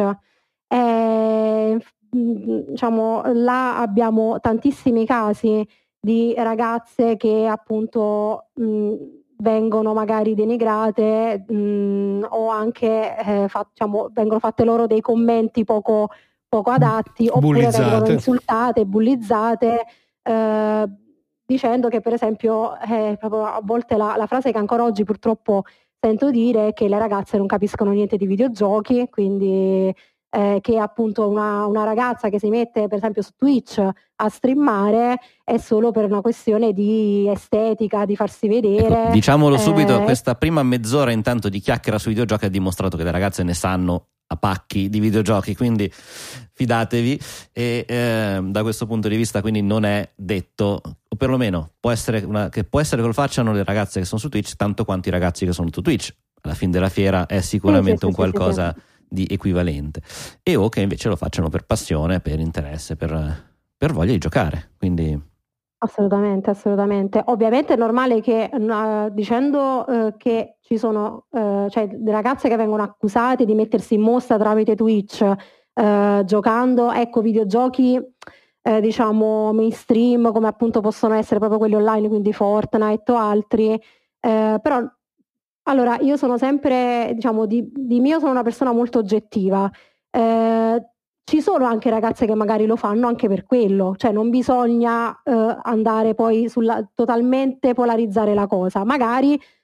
Eh, diciamo là abbiamo tantissimi casi di ragazze che appunto mh, vengono magari denigrate mh, o anche eh, fa, diciamo, vengono fatte loro dei commenti poco, poco adatti, oppure bullizzate. vengono insultate, bullizzate, eh, dicendo che per esempio eh, proprio a volte la, la frase che ancora oggi purtroppo sento dire è che le ragazze non capiscono niente di videogiochi, quindi eh, che appunto una, una ragazza che si mette per esempio su Twitch a streamare è solo per una questione di estetica, di farsi vedere. Ecco, diciamolo eh, subito, questa prima mezz'ora intanto di chiacchiera sui videogiochi ha dimostrato che le ragazze ne sanno a pacchi di videogiochi, quindi fidatevi. E eh, da questo punto di vista quindi non è detto, o perlomeno può essere una, che può essere che lo facciano le ragazze che sono su Twitch tanto quanto i ragazzi che sono su Twitch. Alla fine della fiera è sicuramente sì, sì, un sì, qualcosa sì, sì. di equivalente, e o che invece lo facciano per passione, per interesse, per, per voglia di giocare. Quindi assolutamente, assolutamente. Ovviamente è normale che uh, dicendo uh, che ci sono uh, cioè ragazze che vengono accusate di mettersi in mostra tramite Twitch uh, giocando, ecco, videogiochi eh, diciamo mainstream come appunto possono essere proprio quelli online, quindi Fortnite o altri, eh, però allora io sono sempre, diciamo, di, di mio sono una persona molto oggettiva. Eh, ci sono anche ragazze che magari lo fanno anche per quello, cioè non bisogna eh, andare poi sulla totalmente polarizzare la cosa. Magari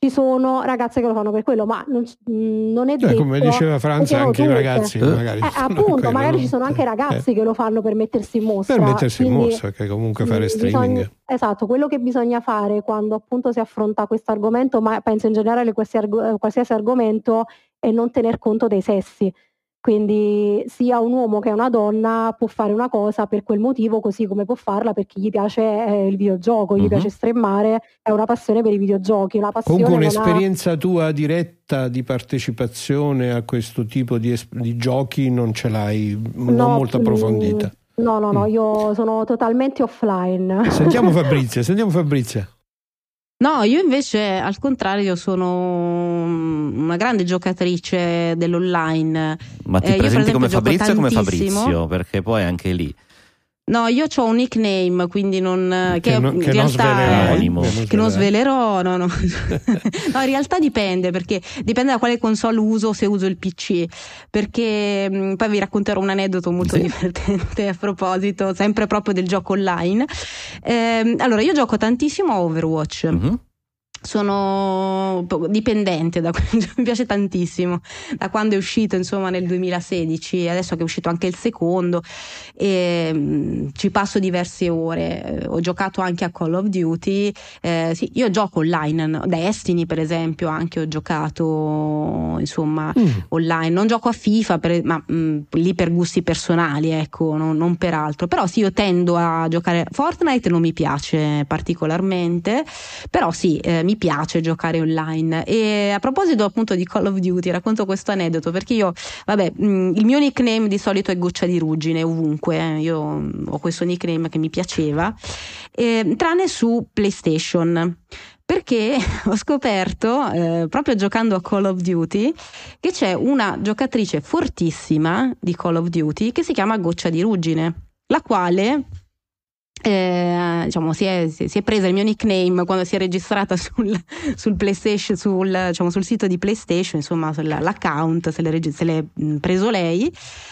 ci sono ragazze che lo fanno per quello, ma non, non è cioè, detto, come diceva Franza, anche i ragazzi eh, magari eh, appunto quello, magari no? ci sono anche ragazzi eh. che lo fanno per mettersi in mostra, per mettersi quindi, in mostra, che comunque fare streaming bisogna, esatto, quello che bisogna fare quando appunto si affronta questo argomento, ma penso in generale qualsiasi, qualsiasi argomento, è non tener conto dei sessi. Quindi sia un uomo che una donna può fare una cosa per quel motivo, così come può farla perché gli piace eh, il videogioco, gli uh-huh. piace streamare, è una passione per i videogiochi. Una passione Comunque un'esperienza ha... tua diretta di partecipazione a questo tipo di, es- di giochi non ce l'hai, non no, molto approfondita? No, no, no, mm. io sono totalmente offline. Sentiamo Fabrizia, sentiamo Fabrizia. No, io invece al contrario sono una grande giocatrice dell'online. Ma ti eh, presenti io, come Fabrizio o come tantissimo. Fabrizio? Perché poi anche lì. No, io ho un nickname, quindi non che, che, no, in che realtà non svelerai, che, che non svelerò, no, no. No, in realtà dipende, perché dipende da quale console uso, se uso il P C, perché mh, poi vi racconterò un aneddoto molto sì. divertente a proposito, sempre proprio del gioco online. Eh, allora, io gioco tantissimo a Overwatch. Mm-hmm. Sono dipendente da mi piace tantissimo da quando è uscito, insomma, nel duemilasedici, adesso che è uscito anche il secondo, e mh, ci passo diverse ore. Ho giocato anche a Call of Duty, eh, sì, io gioco online, no? Destiny per esempio anche ho giocato, insomma, mm. online. Non gioco a FIFA per, ma mh, lì per gusti personali, ecco, non, non per altro, però sì, io tendo a giocare. Fortnite non mi piace particolarmente, però sì, eh, mi mi piace giocare online. E a proposito appunto di Call of Duty, racconto questo aneddoto, perché io, vabbè, mh, il mio nickname di solito è Goccia di Ruggine ovunque, eh. Io ho questo nickname che mi piaceva, eh, tranne su PlayStation, perché ho scoperto, eh, proprio giocando a Call of Duty, che c'è una giocatrice fortissima di Call of Duty che si chiama Goccia di Ruggine, la quale Eh, diciamo, si, è, si è presa il mio nickname quando si è registrata sul, sul PlayStation, sul, diciamo, sul sito di PlayStation, insomma l'account se l'è, se l'è preso lei.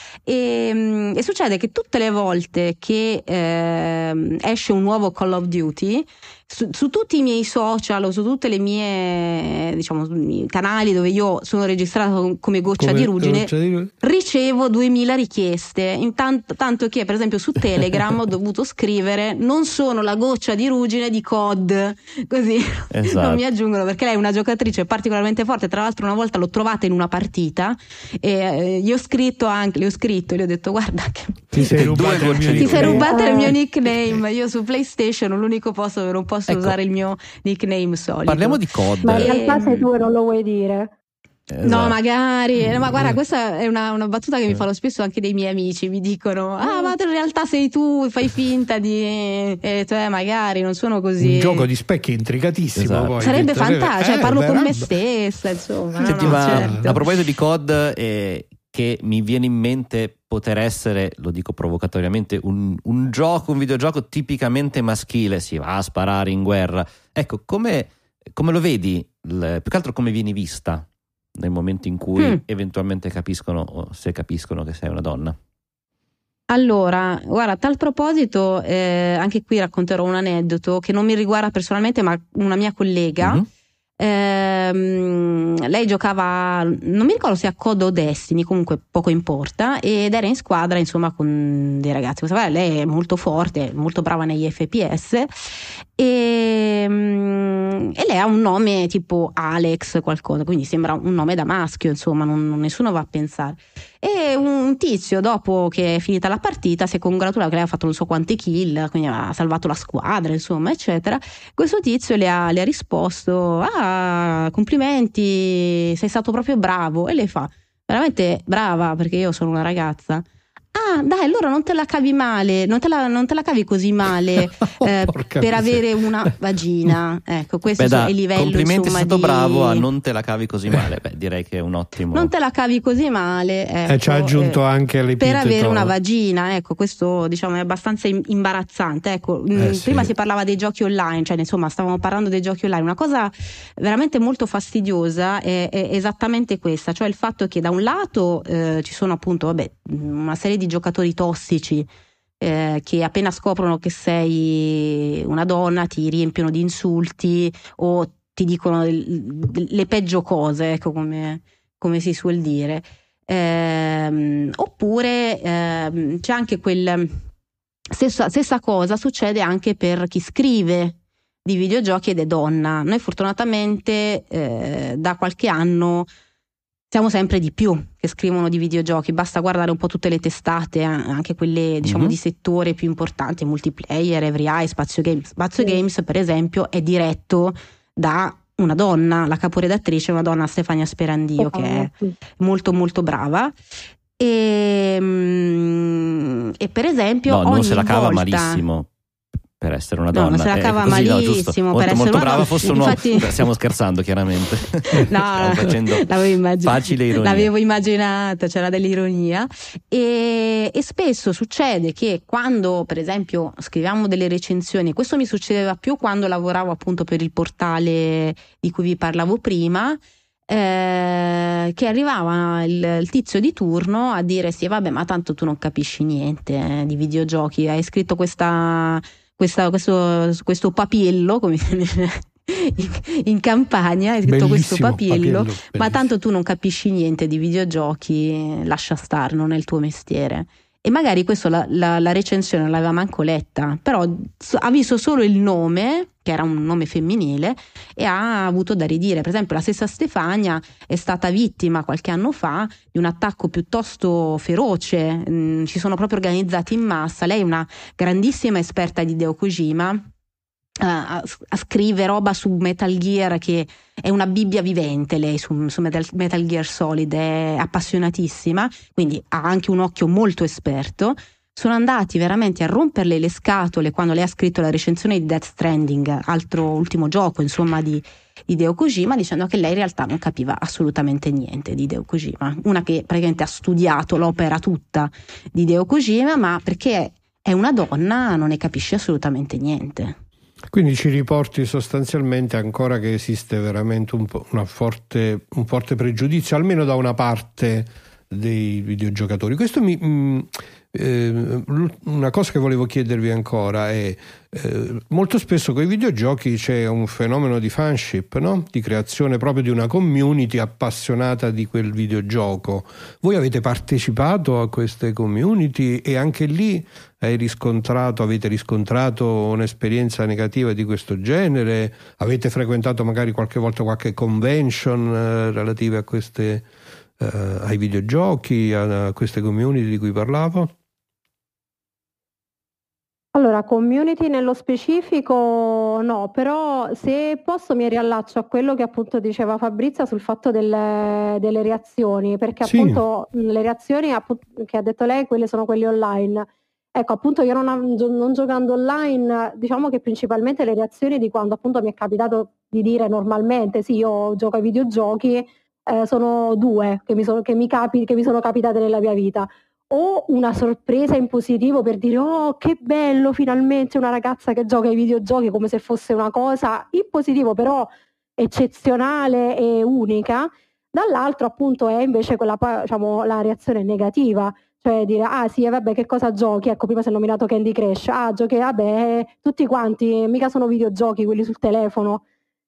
E, e succede che tutte le volte che eh, esce un nuovo Call of Duty, su, su tutti i miei social o su tutte le mie, diciamo, canali dove io sono registrato come Goccia come, di Ruggine, di... ricevo duemila richieste, intanto, tanto che per esempio su Telegram ho dovuto scrivere: non sono la Goccia di Ruggine di C O D, così esatto. Non mi aggiungono, perché lei è una giocatrice particolarmente forte. Tra l'altro una volta l'ho trovata in una partita e eh, gli ho scritto anche, le ho scritto, gli ho detto: guarda che ti sei rubata il mio, ti sei rubata il mio nickname. Io su PlayStation l'unico posto dove non posso ecco, usare il mio nickname solito. Parliamo di C O D. Ma in realtà sei tu e non lo vuoi dire. Esatto. No, magari, no, ma guarda, questa è una, una battuta che mi fanno spesso anche dei miei amici, mi dicono: ah, ma in realtà sei tu, fai finta di, e cioè magari non sono così. Un gioco di specchi intricatissimo, esatto. Poi sarebbe fantastico, cioè, eh, parlo veramente. con me stessa, insomma. Senti, no, ma certo. A proposito di C O D, eh, che mi viene in mente poter essere, lo dico provocatoriamente, un, un gioco, un videogioco tipicamente maschile, si va a sparare in guerra. Ecco, come, come lo vedi, il, più che altro come vieni vista nel momento in cui mm. eventualmente capiscono, o se capiscono, che sei una donna? Allora, guarda, a tal proposito, eh, anche qui racconterò un aneddoto che non mi riguarda personalmente, ma una mia collega. Mm-hmm. Ehm, lei giocava, non mi ricordo se a C O D o Destiny, comunque poco importa, ed era in squadra, insomma, con dei ragazzi. Lei è molto forte, molto brava negli F P S, e, e lei ha un nome tipo Alex qualcosa, quindi sembra un nome da maschio, insomma, non, nessuno va a pensare. E un tizio, dopo che è finita la partita, si è congratulato che lei ha fatto non so quante kill, quindi ha salvato la squadra, insomma, eccetera. Questo tizio le ha, le ha risposto: ah, complimenti, sei stato proprio bravo. E lei fa: veramente brava, perché io sono una ragazza. Ah, dai, allora non te la cavi male, non te la, non te la cavi così male eh, oh, per avere una vagina. Ecco, questo Beh, da, è il livello. Complimenti, insomma, sei stato di... bravo a non te la cavi così male. Beh, direi che è un ottimo. Non te la cavi così male. Ecco, e ci ha aggiunto eh, anche l'epiteto per avere una vagina. Ecco, questo diciamo è abbastanza imbarazzante. Ecco, eh, mh, sì. Prima si parlava dei giochi online, cioè insomma stavamo parlando dei giochi online. Una cosa veramente molto fastidiosa è, è esattamente questa, cioè il fatto che da un lato eh, ci sono appunto, vabbè, una serie di giocatori tossici eh, che appena scoprono che sei una donna ti riempiono di insulti o ti dicono le peggio cose, ecco, come, come si suol dire. Ehm, oppure ehm, c'è anche quel stessa, stessa cosa succede anche per chi scrive di videogiochi ed è donna. Noi fortunatamente eh, da qualche anno siamo sempre di più che scrivono di videogiochi, basta guardare un po' tutte le testate, anche quelle diciamo mm-hmm. di settore più importanti, Multiplayer, EveryEye, Spazio Games. Spazio sì. Games per esempio è diretto da una donna, la caporedattrice è una donna, Stefania Sperandio, oh, che è sì. molto molto brava. E, e per esempio no, non ogni se la cava volta... malissimo per essere una donna. No, non se la cava eh, così, malissimo no, per molto, essere molto una brava donna. fosse un Infatti... uomo. Stiamo scherzando chiaramente. No, facendo immagin- facile ironia. L'avevo immaginata, c'era dell'ironia e, e spesso succede che quando per esempio scriviamo delle recensioni, questo mi succedeva più quando lavoravo appunto per il portale di cui vi parlavo prima, Eh, che arrivava il, il tizio di turno a dire sì vabbè ma tanto tu non capisci niente eh, di videogiochi, hai scritto questa, questa questo, questo papillo come in, in campagna hai scritto questo papillo, papillo ma tanto tu non capisci niente di videogiochi, lascia star, non è il tuo mestiere. E magari questo la, la, la recensione non l'aveva manco letta, però ha visto solo il nome, che era un nome femminile, e ha avuto da ridire. Per esempio la stessa Stefania è stata vittima qualche anno fa di un attacco piuttosto feroce, mm, ci sono proprio organizzati in massa. Lei è una grandissima esperta di Hideo Kojima, A, a scrive roba su Metal Gear, che è una bibbia vivente lei su, su Metal, Metal Gear Solid, è appassionatissima, quindi ha anche un occhio molto esperto. Sono andati veramente a romperle le scatole quando lei ha scritto la recensione di Death Stranding, altro ultimo gioco insomma di Hideo Kojima, dicendo che lei in realtà non capiva assolutamente niente di Hideo Kojima, una che praticamente ha studiato l'opera tutta di Hideo Kojima, ma perché è una donna non ne capisce assolutamente niente. Quindi ci riporti sostanzialmente ancora che esiste veramente un, po una forte, un forte pregiudizio, almeno da una parte dei videogiocatori. Questo mi... Mh, eh, una cosa che volevo chiedervi ancora è eh, molto spesso con i videogiochi c'è un fenomeno di fanship, no? Di creazione proprio di una community appassionata di quel videogioco. Voi avete partecipato a queste community e anche lì hai riscontrato, avete riscontrato un'esperienza negativa di questo genere? Avete frequentato magari qualche volta qualche convention eh, relative a queste, eh, ai videogiochi, a, a queste community di cui parlavo? Allora, community nello specifico no, però se posso mi riallaccio a quello che appunto diceva Fabrizia sul fatto delle, delle reazioni, perché sì. appunto le reazioni appunto, che ha detto lei, quelle sono quelle online. Ecco, appunto io non, non giocando online, diciamo che principalmente le reazioni di quando appunto mi è capitato di dire normalmente sì, io gioco ai videogiochi, eh, sono due che mi, sono, che, mi capi, che mi sono capitate nella mia vita. O una sorpresa in positivo per dire oh che bello, finalmente una ragazza che gioca ai videogiochi, come se fosse una cosa in positivo però eccezionale e unica. Dall'altro appunto è invece quella, diciamo, la reazione negativa, cioè dire ah sì vabbè che cosa giochi, ecco prima si è nominato Candy Crush, ah giochi vabbè tutti quanti, mica sono videogiochi quelli sul telefono.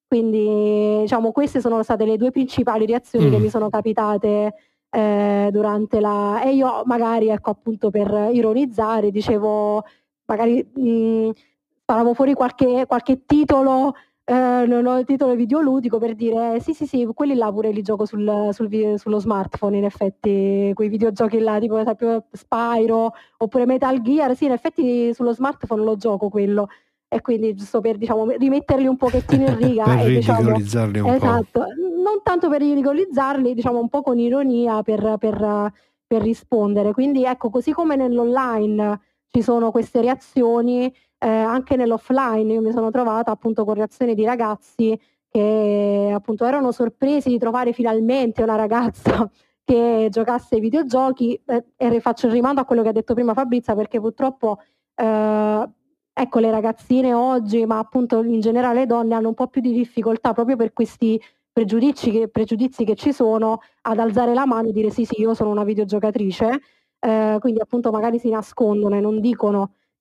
Quindi diciamo queste sono state le due principali reazioni mm. che mi sono capitate Eh, durante la e io magari ecco appunto per ironizzare dicevo magari mh, sparavo fuori qualche, qualche titolo eh, no, titolo videoludico per dire sì sì sì quelli là pure li gioco sul, sul, sullo smartphone, in effetti quei videogiochi là tipo per esempio Spyro oppure Metal Gear, sì in effetti sullo smartphone lo gioco quello. E quindi giusto per diciamo rimetterli un pochettino in riga per e ridicolizzarli diciamo, un esatto, po'. Non tanto per ridicolizzarli, diciamo un po' con ironia per, per, per rispondere. Quindi ecco, così come nell'online ci sono queste reazioni, eh, anche nell'offline io mi sono trovata appunto con reazioni di ragazzi che appunto erano sorpresi di trovare finalmente una ragazza che giocasse ai videogiochi, eh, e faccio il rimando a quello che ha detto prima Fabrizia, perché purtroppo eh, ecco le ragazzine oggi, ma appunto in generale le donne hanno un po' più di difficoltà proprio per questi pregiudizi che, pregiudizi che ci sono ad alzare la mano e dire sì sì io sono una videogiocatrice, eh, quindi appunto magari si nascondono e non dicono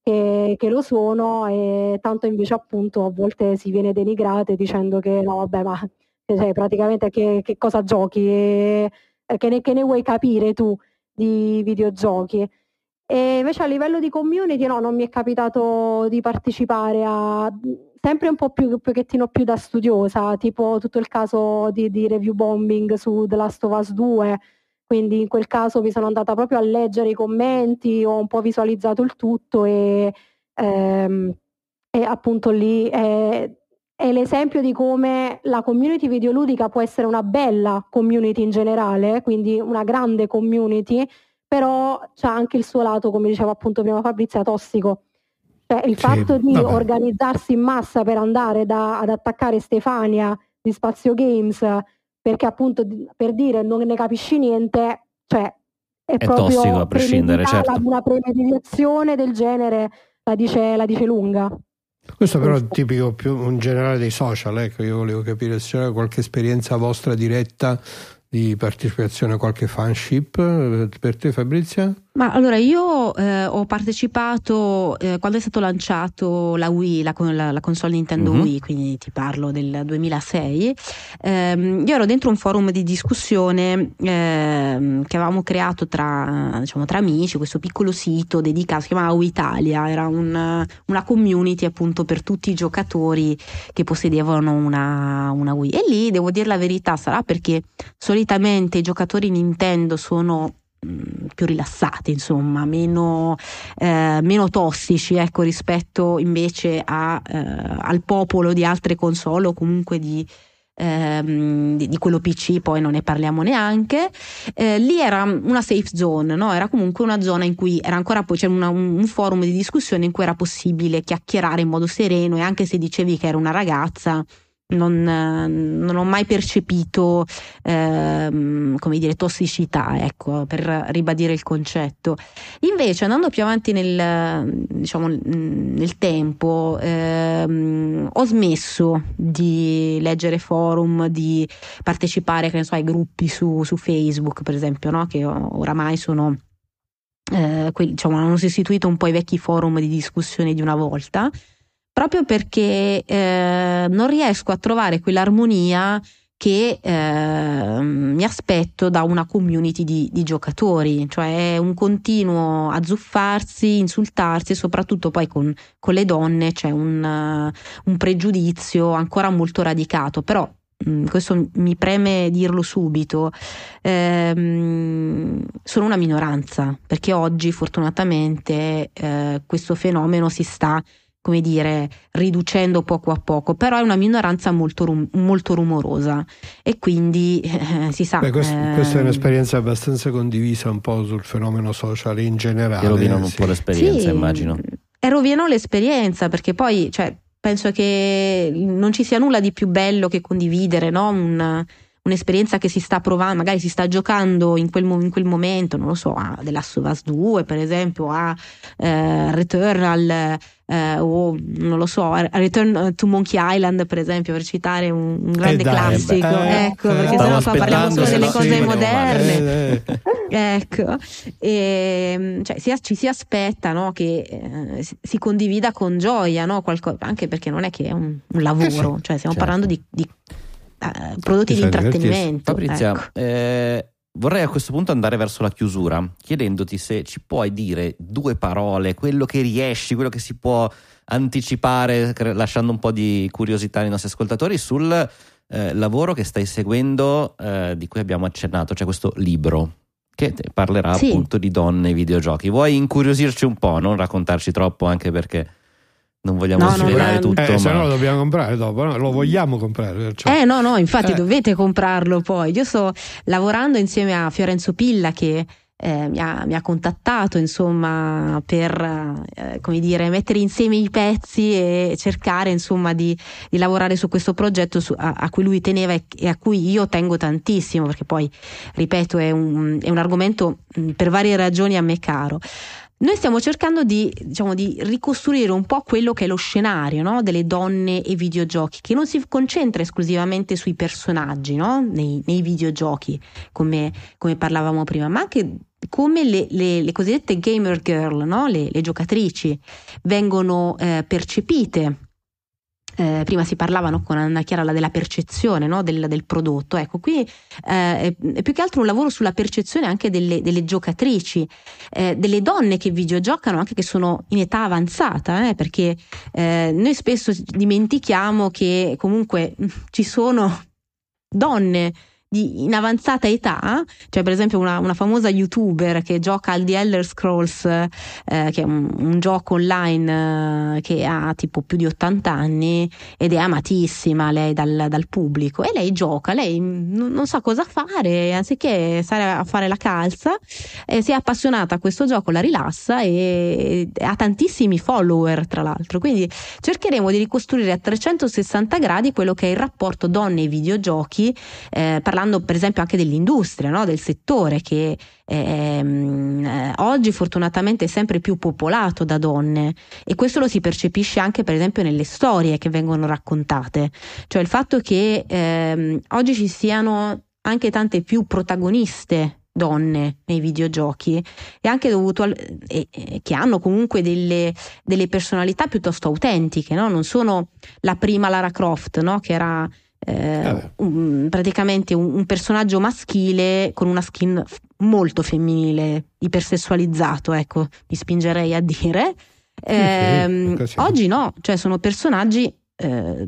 che, che lo sono, e tanto invece appunto a volte si viene denigrate dicendo che no vabbè, ma cioè, praticamente che, che cosa giochi, e, che, ne, che ne vuoi capire tu di videogiochi. E invece a livello di community no, non mi è capitato di partecipare a, sempre un po' più un pochettino più da studiosa, tipo tutto il caso di, di review bombing su The Last of Us due, quindi in quel caso mi sono andata proprio a leggere i commenti, ho un po' visualizzato il tutto e, ehm, e appunto lì è, è l'esempio di come la community videoludica può essere una bella community in generale, quindi una grande community, però c'è anche il suo lato, come diceva appunto prima Fabrizia, tossico. Cioè, il sì, fatto di vabbè. organizzarsi in massa per andare da, ad attaccare Stefania di Spazio Games, perché appunto per dire non ne capisci niente, cioè è, è proprio tossico a prescindere, certo. Una premeditazione del genere la dice, la dice lunga. Questo però è tipico più in generale dei social, ecco, io volevo capire se c'era qualche esperienza vostra diretta di partecipazione a qualche fanship per te, Fabrizia? Ma allora io eh, ho partecipato eh, quando è stato lanciato la Wii, la, la, la console Nintendo mm-hmm. Wii, quindi ti parlo del duemilasei. Eh, io ero dentro un forum di discussione eh, che avevamo creato tra, diciamo, tra amici, questo piccolo sito dedicato, si chiamava Wii Italia, era un, una community appunto per tutti i giocatori che possedevano una, una Wii. E lì devo dire la verità, sarà perché solitamente i giocatori Nintendo sono più rilassati, insomma, meno, eh, meno tossici, ecco, rispetto invece a, eh, al popolo di altre console o comunque di, ehm, di, di quello P C, poi non ne parliamo neanche. Eh, lì era una safe zone, no? Era comunque una zona in cui era ancora poi c'era una, un, un forum di discussione in cui era possibile chiacchierare in modo sereno, e anche se dicevi che era una ragazza Non, non ho mai percepito ehm, come dire tossicità, ecco, per ribadire il concetto. Invece andando più avanti nel, diciamo, nel tempo ehm, ho smesso di leggere forum, di partecipare, che ne so, ai gruppi su, su Facebook per esempio, no? Che oramai sono eh, quelli, diciamo, hanno sostituito un po' i vecchi forum di discussione di una volta, proprio perché eh, non riesco a trovare quell'armonia che eh, mi aspetto da una community di, di giocatori, cioè un continuo azzuffarsi, insultarsi, e soprattutto poi con, con le donne c'è un, uh, un pregiudizio ancora molto radicato, però mh, questo mi preme dirlo subito, ehm, sono una minoranza, perché oggi fortunatamente eh, questo fenomeno si sta, come dire, riducendo poco a poco, però è una minoranza molto, rum- molto rumorosa, e quindi eh, si sa. Beh, quest- eh... questa è un'esperienza abbastanza condivisa un po' sul fenomeno sociale in generale. Che rovinano sì. un po' l'esperienza, sì, immagino. E rovinano l'esperienza, perché poi, cioè, penso che non ci sia nulla di più bello che condividere, no? Un, un'esperienza che si sta provando, magari si sta giocando in quel, in quel momento, non lo so, a The Last of Us due per esempio, a eh, Returnal, eh, o non lo so, a Return to Monkey Island per esempio, per citare un, un grande eh dai, classico, eh, ecco, eh, perché sennò qua parliamo solo delle cose sì, moderne, eh, eh. ecco, e, cioè, si, ci si aspetta, no, che eh, si condivida con gioia, no, qualcosa, anche perché non è che è un, un lavoro, eh sì, cioè stiamo certo. parlando di, di Uh, prodotti di intrattenimento. Fabrizia, ecco. eh, vorrei a questo punto andare verso la chiusura, chiedendoti se ci puoi dire due parole, quello che riesci, quello che si può anticipare, lasciando un po' di curiosità ai nostri ascoltatori, sul eh, lavoro che stai seguendo, eh, di cui abbiamo accennato, cioè questo libro che parlerà sì. appunto di donne e videogiochi. Vuoi incuriosirci un po', non raccontarci troppo, anche perché non vogliamo no, svelare non tutto, eh, ma... se no lo dobbiamo comprare dopo, no? Lo vogliamo comprare, cioè. eh no no infatti eh. dovete comprarlo. Poi io sto lavorando insieme a Fiorenzo Pilla, che eh, mi, ha, mi ha contattato, insomma, per eh, come dire, mettere insieme i pezzi e cercare, insomma, di, di lavorare su questo progetto su, a, a cui lui teneva e, e a cui io tengo tantissimo, perché poi, ripeto, è un, è un argomento mh, per varie ragioni a me caro. Noi stiamo cercando di, diciamo, di ricostruire un po' quello che è lo scenario, no? Delle donne e videogiochi, che non si concentra esclusivamente sui personaggi, no? nei, nei videogiochi, come, come parlavamo prima, ma anche come le, le, le cosiddette gamer girl, no? le, le giocatrici, vengono eh, percepite. Eh, prima si parlavano con Anna Chiara della percezione, no? del, del prodotto. Ecco, qui eh, è più che altro un lavoro sulla percezione anche delle, delle giocatrici, eh, delle donne che videogiocano, anche che sono in età avanzata, eh, perché eh, noi spesso dimentichiamo che comunque ci sono donne di, in avanzata età, cioè per esempio una, una famosa youtuber che gioca al The Elder Scrolls, eh, che è un, un gioco online eh, che ha tipo più di ottanta anni ed è amatissima lei dal, dal pubblico, e lei gioca, lei n- non sa cosa fare, anziché stare a fare la calza, eh, si è appassionata a questo gioco, la rilassa e, e ha tantissimi follower tra l'altro, quindi cercheremo di ricostruire a trecentosessanta gradi quello che è il rapporto donne e videogiochi, eh, parlando per esempio anche dell'industria, no? Del settore che ehm, eh, oggi fortunatamente è sempre più popolato da donne, e questo lo si percepisce anche per esempio nelle storie che vengono raccontate, cioè il fatto che ehm, oggi ci siano anche tante più protagoniste donne nei videogiochi è anche dovuto al, eh, eh, che hanno comunque delle, delle personalità piuttosto autentiche, no? Non sono la prima Lara Croft, no? Che era Eh, un, praticamente un, un personaggio maschile con una skin f- molto femminile, ipersessualizzato, ecco, mi spingerei a dire. Eh, sì, sì, oggi no, cioè sono personaggi eh,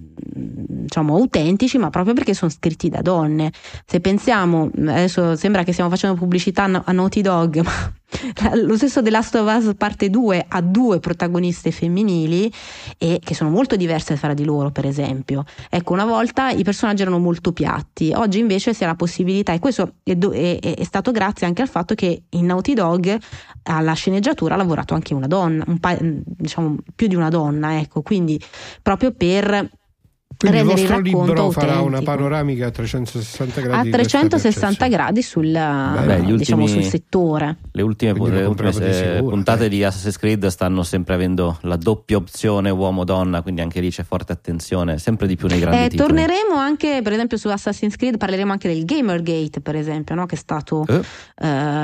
diciamo autentici, ma proprio perché sono scritti da donne. Se pensiamo, adesso sembra che stiamo facendo pubblicità a Naughty Dog, ma lo stesso The Last of Us parte due ha due protagoniste femminili e che sono molto diverse fra di loro, per esempio. Ecco, una volta i personaggi erano molto piatti, oggi invece si ha la possibilità, e questo è, do- è, è stato grazie anche al fatto che in Naughty Dog alla sceneggiatura ha lavorato anche una donna, un pa- diciamo più di una donna, ecco, quindi proprio per Quindi il vostro il libro autentico. Farà una panoramica a trecentosessanta gradi a trecentosessanta gradi sul, Beh, gli diciamo, ultimi, sul settore. Le ultime, le ultime di eh, sicuro, puntate eh. di Assassin's Creed stanno sempre avendo la doppia opzione uomo-donna, quindi anche lì c'è forte attenzione, sempre di più nei grandi eh, titoli. Torneremo anche, per esempio, su Assassin's Creed, parleremo anche del Gamergate, per esempio, no? Che è stato eh? eh,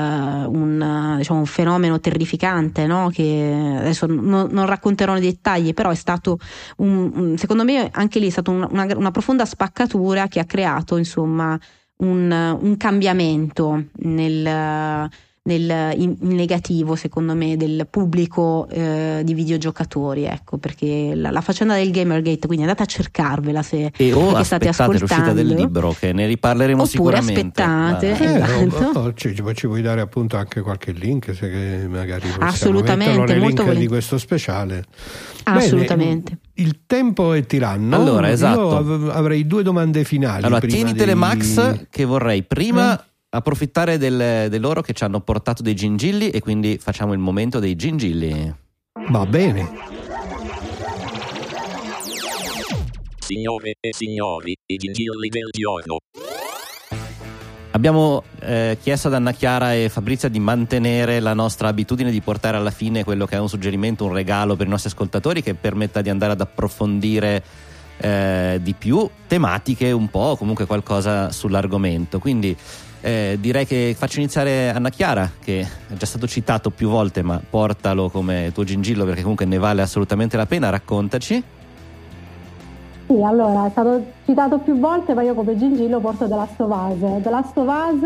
un, diciamo, un fenomeno terrificante, no? Che adesso non, non racconterò i dettagli, però è stato un, un, secondo me anche lì è stata una, una, una profonda spaccatura che ha creato insomma un, un cambiamento nel, nel in negativo, secondo me, del pubblico eh, di videogiocatori, ecco, perché la, la faccenda del Gamergate, quindi andate a cercarvela se e o state aspettate l'uscita del libro, che ne riparleremo oppure sicuramente. aspettate, Eh, esatto. oh, oh, ci, ci puoi dare appunto anche qualche link, se che magari assolutamente, nei molto link volent- di questo speciale. Assolutamente. Bene, il tempo è tiranno. Allora, esatto. Io av- avrei due domande finali. Allora, prima tienitele, dei... Max, che vorrei prima eh? approfittare del, di loro che ci hanno portato dei gingilli, e quindi facciamo il momento dei gingilli. Va bene. Signore e signori, i gingilli del giorno. Abbiamo eh, chiesto ad Anna Chiara e Fabrizia di mantenere la nostra abitudine di portare alla fine quello che è un suggerimento, un regalo per i nostri ascoltatori, che permetta di andare ad approfondire eh, di più tematiche, un po' comunque qualcosa sull'argomento. Quindi eh, direi che faccio iniziare Anna Chiara, che è già stato citato più volte, ma portalo come tuo gingillo perché comunque ne vale assolutamente la pena. Raccontaci. Sì, allora è stato citato più volte, ma io come gingillo porto The Last of Us. The Last of Us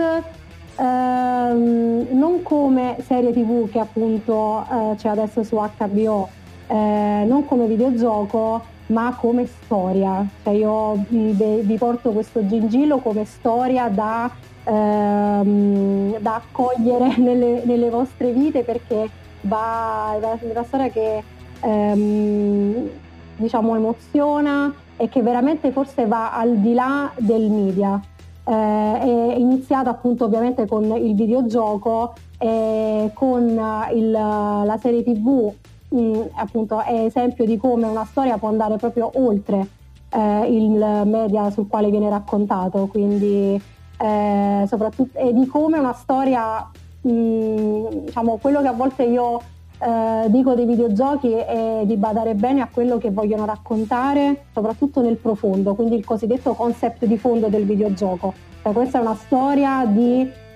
ehm, non come serie tivù che appunto eh, c'è adesso su acca bi o, eh, non come videogioco, ma come storia. Cioè io vi, vi porto questo gingillo come storia da, ehm, da accogliere nelle, nelle vostre vite, perché va, è una storia che ehm, diciamo emoziona e che veramente forse va al di là del media. Eh, è iniziato appunto ovviamente con il videogioco e con il, la serie tivù, mh, appunto è esempio di come una storia può andare proprio oltre eh, il media sul quale viene raccontato, quindi eh, soprattutto e di come una storia, mh, diciamo, quello che a volte io Eh, dico dei videogiochi è di badare bene a quello che vogliono raccontare, soprattutto nel profondo, quindi il cosiddetto concept di fondo del videogioco. Cioè, questa è una storia di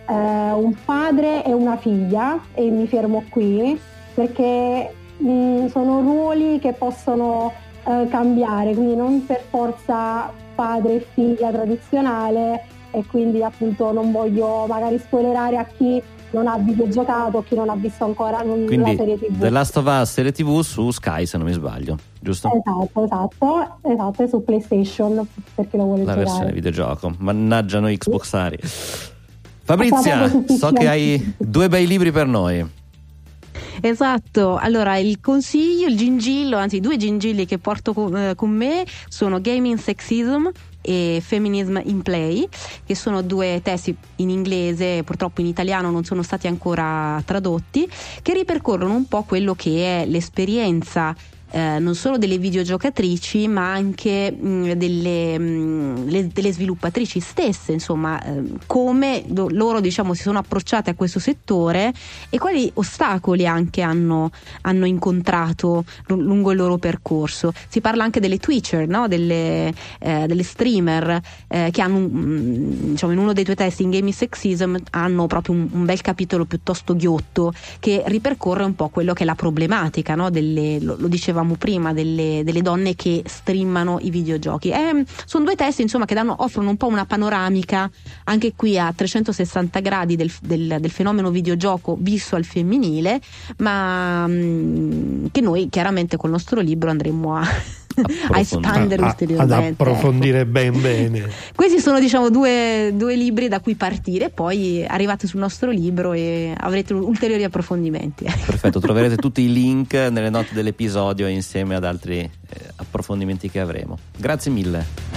eh, un padre e una figlia, e mi fermo qui, perché mh, sono ruoli che possono eh, cambiare, quindi non per forza padre e figlia tradizionale, e quindi appunto non voglio magari spoilerare a chi non ha videogiocato o chi non ha visto ancora non, quindi la serie tivù. The Last of Us serie tivù su Sky, se non mi sbaglio, giusto? Esatto, esatto, esatto, è su PlayStation, perché lo vuole La giocare. versione videogioco, mannaggia noi Xboxari. Fabrizia, so che hai due bei libri per noi. Esatto, allora il consiglio, il gingillo, anzi due gingilli che porto con, eh, con me sono Gaming Sexism e Feminism in Play, che sono due testi in inglese, purtroppo in italiano non sono stati ancora tradotti, che ripercorrono un po' quello che è l'esperienza eh, non solo delle videogiocatrici, ma anche mh, delle, mh, le, delle sviluppatrici stesse, insomma, eh, come do, loro diciamo si sono approcciate a questo settore e quali ostacoli anche hanno, hanno incontrato l- lungo il loro percorso. Si parla anche delle Twitcher, no? delle, eh, delle streamer eh, che hanno mh, diciamo in uno dei tuoi testi, in Gaming Sexism, hanno proprio un, un bel capitolo piuttosto ghiotto che ripercorre un po' quello che è la problematica, no? delle, lo, lo dicevamo prima, delle, delle donne che streamano i videogiochi. Eh, sono due testi insomma che danno, offrono un po' una panoramica anche qui a trecentosessanta gradi del, del, del fenomeno videogioco visto al femminile, ma mh, che noi chiaramente col nostro libro andremo a a espandere a, ulteriormente, ad approfondire ecco. ben bene. Questi sono diciamo due, due libri da cui partire, poi arrivate sul nostro libro e avrete ulteriori approfondimenti. Perfetto, troverete tutti i link nelle note dell'episodio insieme ad altri eh, approfondimenti che avremo. Grazie mille.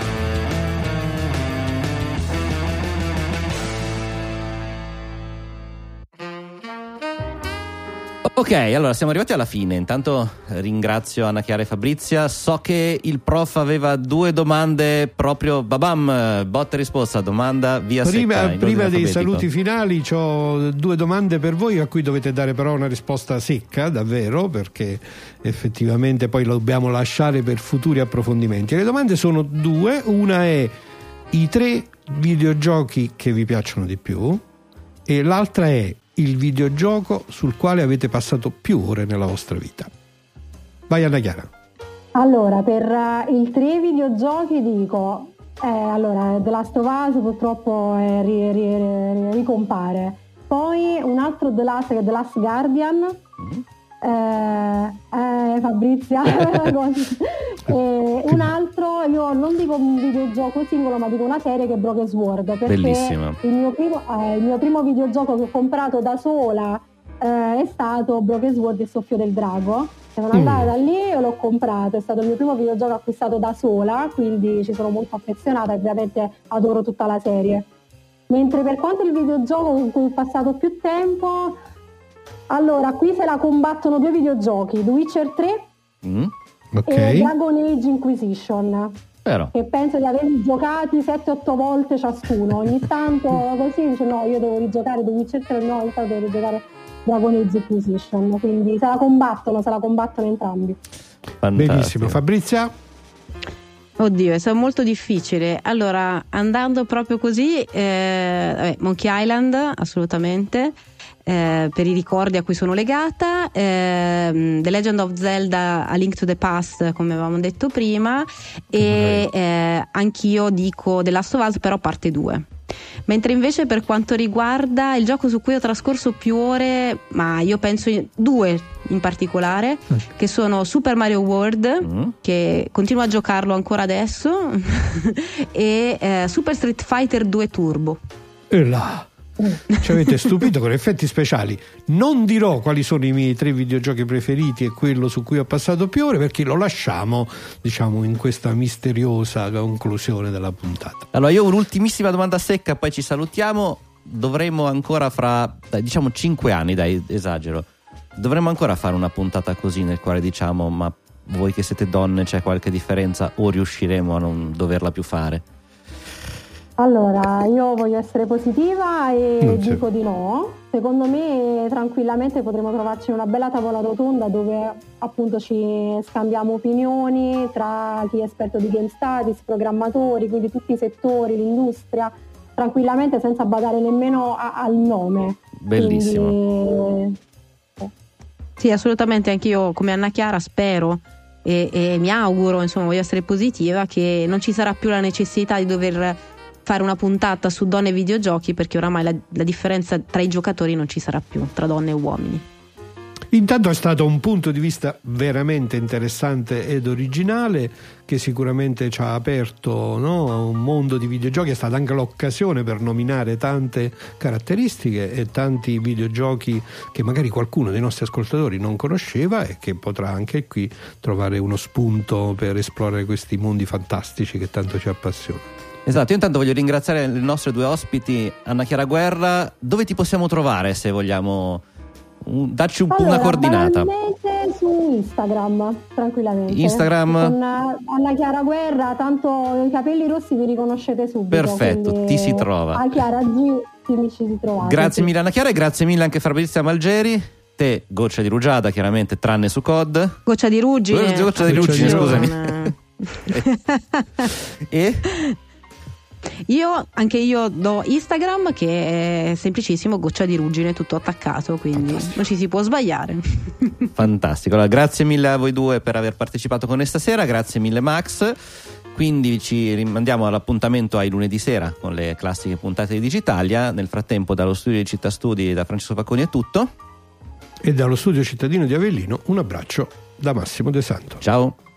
Ok, allora siamo arrivati alla fine. Intanto ringrazio Anna Chiara e Fabrizia. So che il prof aveva due domande proprio babam, botta e risposta, domanda via prima, secca. Prima dei saluti finali ho due domande per voi a cui dovete dare però una risposta secca, davvero, perché effettivamente poi lo dobbiamo lasciare per futuri approfondimenti. Le domande sono due, una è i tre videogiochi che vi piacciono di più e l'altra è il videogioco sul quale avete passato più ore nella vostra vita. Vai Anna Chiara. Allora, per uh, il tre videogiochi dico eh, allora The Last of Us purtroppo eh, ri, ri, ri, ricompare, poi un altro The Last che è The Last Guardian. Mm-hmm. Eh, eh, Fabrizia e un altro, io non dico un videogioco singolo ma dico una serie, che è Broken Sword, perché bellissima. Il mio primo, eh, il mio primo videogioco che ho comprato da sola eh, è stato Broken Sword, il soffio del drago. Sono andata mm. da lì e l'ho comprato, è stato il mio primo videogioco acquistato da sola, quindi ci sono molto affezionata e ovviamente adoro tutta la serie. Mentre per quanto il videogioco con cui ho passato più tempo, allora, qui se la combattono due videogiochi, The Witcher tre mm, okay. e Dragon Age Inquisition. Vero. Che penso di averli giocati sette otto volte ciascuno. Ogni tanto così dice no, io devo rigiocare The Witcher tre, no, ogni tanto devo rigiocare Dragon Age Inquisition. Quindi se la combattono, se la combattono entrambi. Fantastico. Benissimo. Fabrizia? Oddio, è stato molto difficile. Allora, andando proprio così, eh, vabbè, Monkey Island, assolutamente. Eh, per i ricordi a cui sono legata, eh, The Legend of Zelda A Link to the Past, come avevamo detto prima, e eh, anch'io dico The Last of Us, però parte due. Mentre invece per quanto riguarda il gioco su cui ho trascorso più ore, ma io penso in, due in particolare, che sono Super Mario World, mm. che continuo a giocarlo ancora adesso e eh, Super Street Fighter due Turbo. E là ci avete stupito con effetti speciali. Non dirò quali sono i miei tre videogiochi preferiti e quello su cui ho passato più ore, perché lo lasciamo, diciamo, in questa misteriosa conclusione della puntata. Allora, io ho un'ultimissima domanda secca, poi ci salutiamo. Dovremmo ancora fra, diciamo, cinque anni, dai, esagero, dovremmo ancora fare una puntata così nel quale diciamo: ma voi che siete donne, c'è qualche differenza, o riusciremo a non doverla più fare? Allora, io voglio essere positiva e dico di no. Secondo me tranquillamente potremo trovarci in una bella tavola rotonda dove appunto ci scambiamo opinioni tra chi è esperto di game studies, programmatori, quindi tutti i settori, l'industria, tranquillamente senza badare nemmeno a, al nome. Bellissimo. Quindi... Sì, assolutamente, anch'io come Anna Chiara spero e, e mi auguro, insomma, voglio essere positiva, che non ci sarà più la necessità di dover fare una puntata su donne e videogiochi, perché oramai la, la differenza tra i giocatori non ci sarà più, tra donne e uomini. Intanto è stato un punto di vista veramente interessante ed originale, che sicuramente ci ha aperto, no, un mondo di videogiochi. È stata anche l'occasione per nominare tante caratteristiche e tanti videogiochi che magari qualcuno dei nostri ascoltatori non conosceva e che potrà anche qui trovare uno spunto per esplorare questi mondi fantastici che tanto ci appassionano. Esatto, io intanto voglio ringraziare le nostre due ospiti. Anna Chiara Guerra, dove ti possiamo trovare se vogliamo... Dacci un, allora, una coordinata. Su Instagram, tranquillamente. Instagram. Con Anna Chiara Guerra, tanto i capelli rossi mi riconoscete subito. Perfetto, ti si trova. A Chiara G ci si trova. Grazie sì. mille Anna Chiara e grazie mille anche Fabrizia Malgeri. Te, goccia di rugiada, chiaramente, tranne su C O D. Goccia di ruggine. Goccia, goccia di ruggine, scusami. E? Io, anche io do Instagram, che è semplicissimo, goccia di ruggine, tutto attaccato, quindi fantastico, non ci si può sbagliare. Fantastico, allora grazie mille a voi due per aver partecipato con noi stasera, grazie mille Max, quindi ci rimandiamo all'appuntamento ai lunedì sera con le classiche puntate di Digitalia. Nel frattempo dallo studio di Città Studi da Francesco Facconi è tutto, e dallo studio cittadino di Avellino un abbraccio da Massimo De Santo. Ciao.